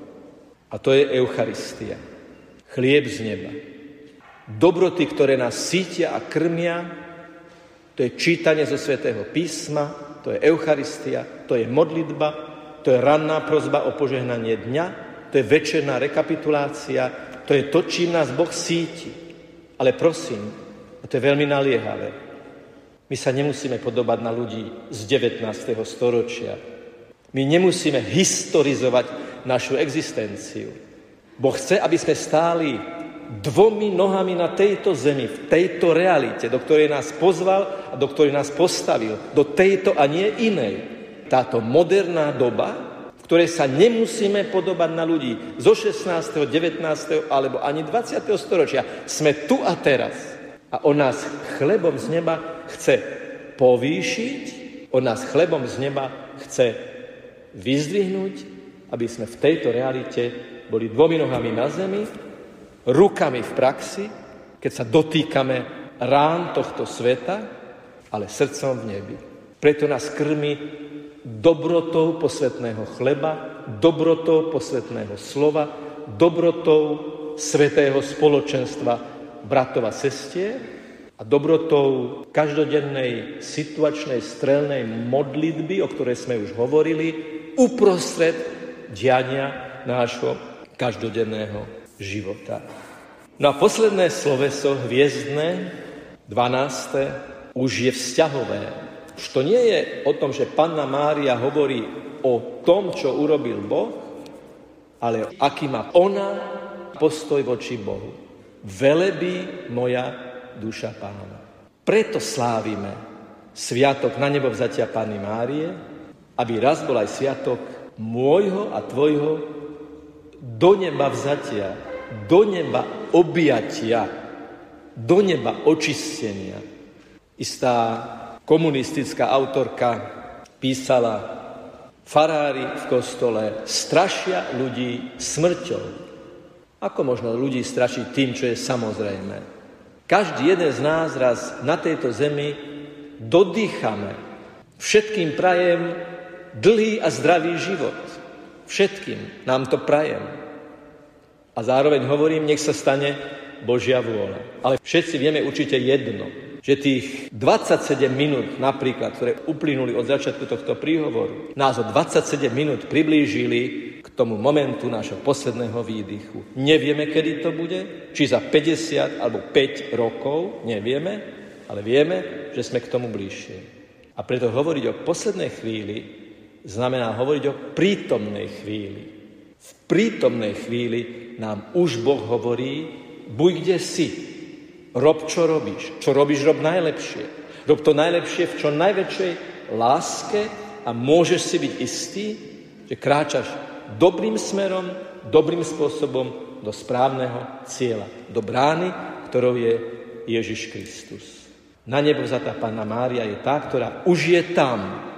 A to je Eucharistia. Chlieb z neba. Dobroty, ktoré nás sítia a krmia, to je čítanie zo Svätého písma, to je Eucharistia, to je modlitba, to je ranná prosba o požehnanie dňa, to je večerná rekapitulácia, to je to, čím nás Boh síti. Ale prosím, a to je veľmi naliehavé, my sa nemusíme podobať na ľudí z devätnásteho storočia. My nemusíme historizovať našu existenciu. Boh chce, aby sme stáli dvomi nohami na tejto zemi, v tejto realite, do ktorej nás pozval a do ktorej nás postavil. Do tejto a nie inej. Táto moderná doba, v ktorej sa nemusíme podobať na ľudí zo šestnásteho, devätnásteho alebo ani dvadsiateho storočia. Sme tu a teraz. A on nás chlebom z neba chce povýšiť, on nás chlebom z neba chce vyzdvihnúť, aby sme v tejto realite boli dvomi nohami na zemi, rukami v praxi, keď sa dotýkame rán tohto sveta, ale srdcom v nebi. Preto nás krmi dobrotou posvätného chleba, dobrotou posvätného slova, dobrotou svätého spoločenstva bratov a sestier a dobrotou každodennej situačnej strelnej modlitby, o ktorej sme už hovorili, uprostred diania nášho každodenného života. No a posledné sloveso hviezdne, dvanáste, už je vzťahové. Už to nie je o tom, že Panna Mária hovorí o tom, čo urobil Boh, ale aký má ona postoj voči Bohu. Velebí moja duša Pána. Preto slávime sviatok na nebo vzatia Panny Márie, aby raz bol aj sviatok môjho a tvojho do neba vzatia, do neba objatia, do neba očistenia. Istá komunistická autorka písala: farári v kostole strašia ľudí smrťou. Ako možno ľudí strašiť tým, čo je samozrejme? Každý jeden z nás raz na tejto zemi dodýchame. Všetkým prajem dlhý a zdravý život. Všetkým nám to prajem. A zároveň hovorím, nech sa stane Božia vôľa. Ale všetci vieme určite jedno, že tých dvadsaťsedem minút napríklad, ktoré uplynuli od začiatku tohto príhovoru, nás o dvadsaťsedem minút priblížili k tomu momentu nášho posledného výdychu. Nevieme, kedy to bude, či za päťdesiat alebo päť rokov, nevieme, ale vieme, že sme k tomu bližšie. A preto hovoriť o poslednej chvíli znamená hovoriť o prítomnej chvíli. V prítomnej chvíli nám už Boh hovorí: buď kde si, rob, čo robíš. Čo robíš, rob najlepšie. Rob to najlepšie v čo najväčšej láske a môžeš si byť istý, že kráčaš dobrým smerom, dobrým spôsobom do správneho cieľa. Do brány, ktorou je Ježiš Kristus. Na nebo vzatá Panna Mária je tá, ktorá už je tam.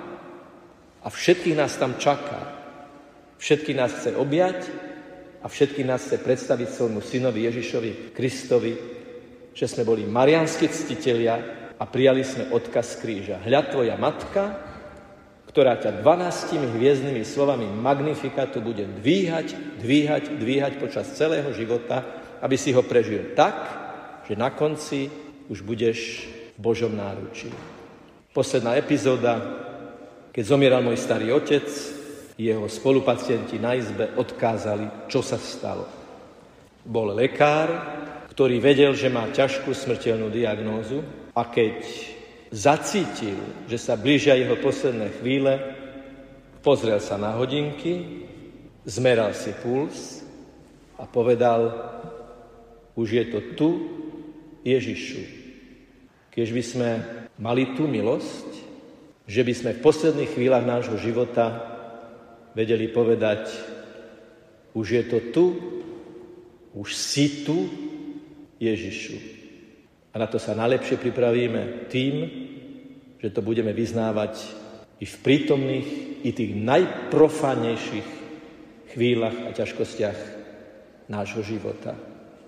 A všetkých nás tam čaká. Všetkých nás chce objať a všetkých nás chce predstaviť svojmu synovi Ježišovi Kristovi, že sme boli mariánski ctitelia a prijali sme odkaz kríža. Hľa tvoja matka, ktorá ťa dvanástimi hviezdnymi slovami Magnifikatu bude dvíhať, dvíhať, dvíhať počas celého života, aby si ho prežil tak, že na konci už budeš v Božom náručí. Posledná epizóda, keď zomieral môj starý otec, jeho spolupacienti na izbe odkázali, čo sa stalo. Bol lekár, ktorý vedel, že má ťažkú smrteľnú diagnózu, a keď zacítil, že sa blížia jeho posledné chvíle, pozrel sa na hodinky, zmeral si puls a povedal: už je to tu, Ježišu. Keď by sme mali tú milosť, že by sme v posledných chvíľach nášho života vedeli povedať: už je to tu, už si tu, Ježišu. A na to sa najlepšie pripravíme tým, že to budeme vyznávať i v prítomných, i tých najprofánejších chvíľach a ťažkostiach nášho života.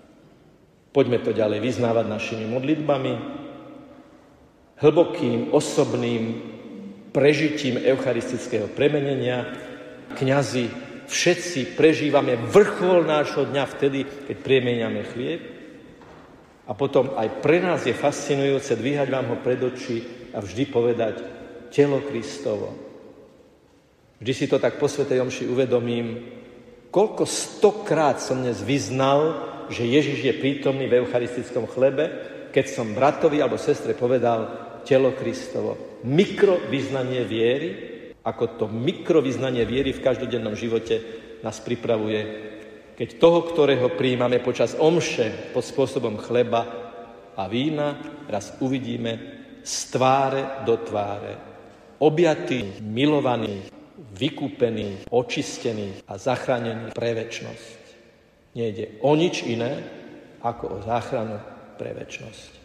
Poďme to ďalej vyznávať našimi modlitbami, hlbokým, osobným prežitím eucharistického premenenia. Kňazi, všetci prežívame vrchol nášho dňa vtedy, keď premieňame chlieb. A potom aj pre nás je fascinujúce dvíhať vám ho pred oči a vždy povedať: telo Kristovo. Vždy si to tak po svätej omši uvedomím, koľko stokrát som dnes vyznal, že Ježiš je prítomný v eucharistickom chlebe, keď som bratovi alebo sestre povedal: telo Kristovo. Mikrovyznanie viery, ako to mikrovyznanie viery v každodennom živote nás pripravuje, keď toho, ktorého prijímame počas omše pod spôsobom chleba a vína, raz uvidíme z tváre do tváre, objatý, milovaný, vykúpený, očistený a zachránený pre večnosť. Nejde o nič iné, ako o záchranu pre večnosť.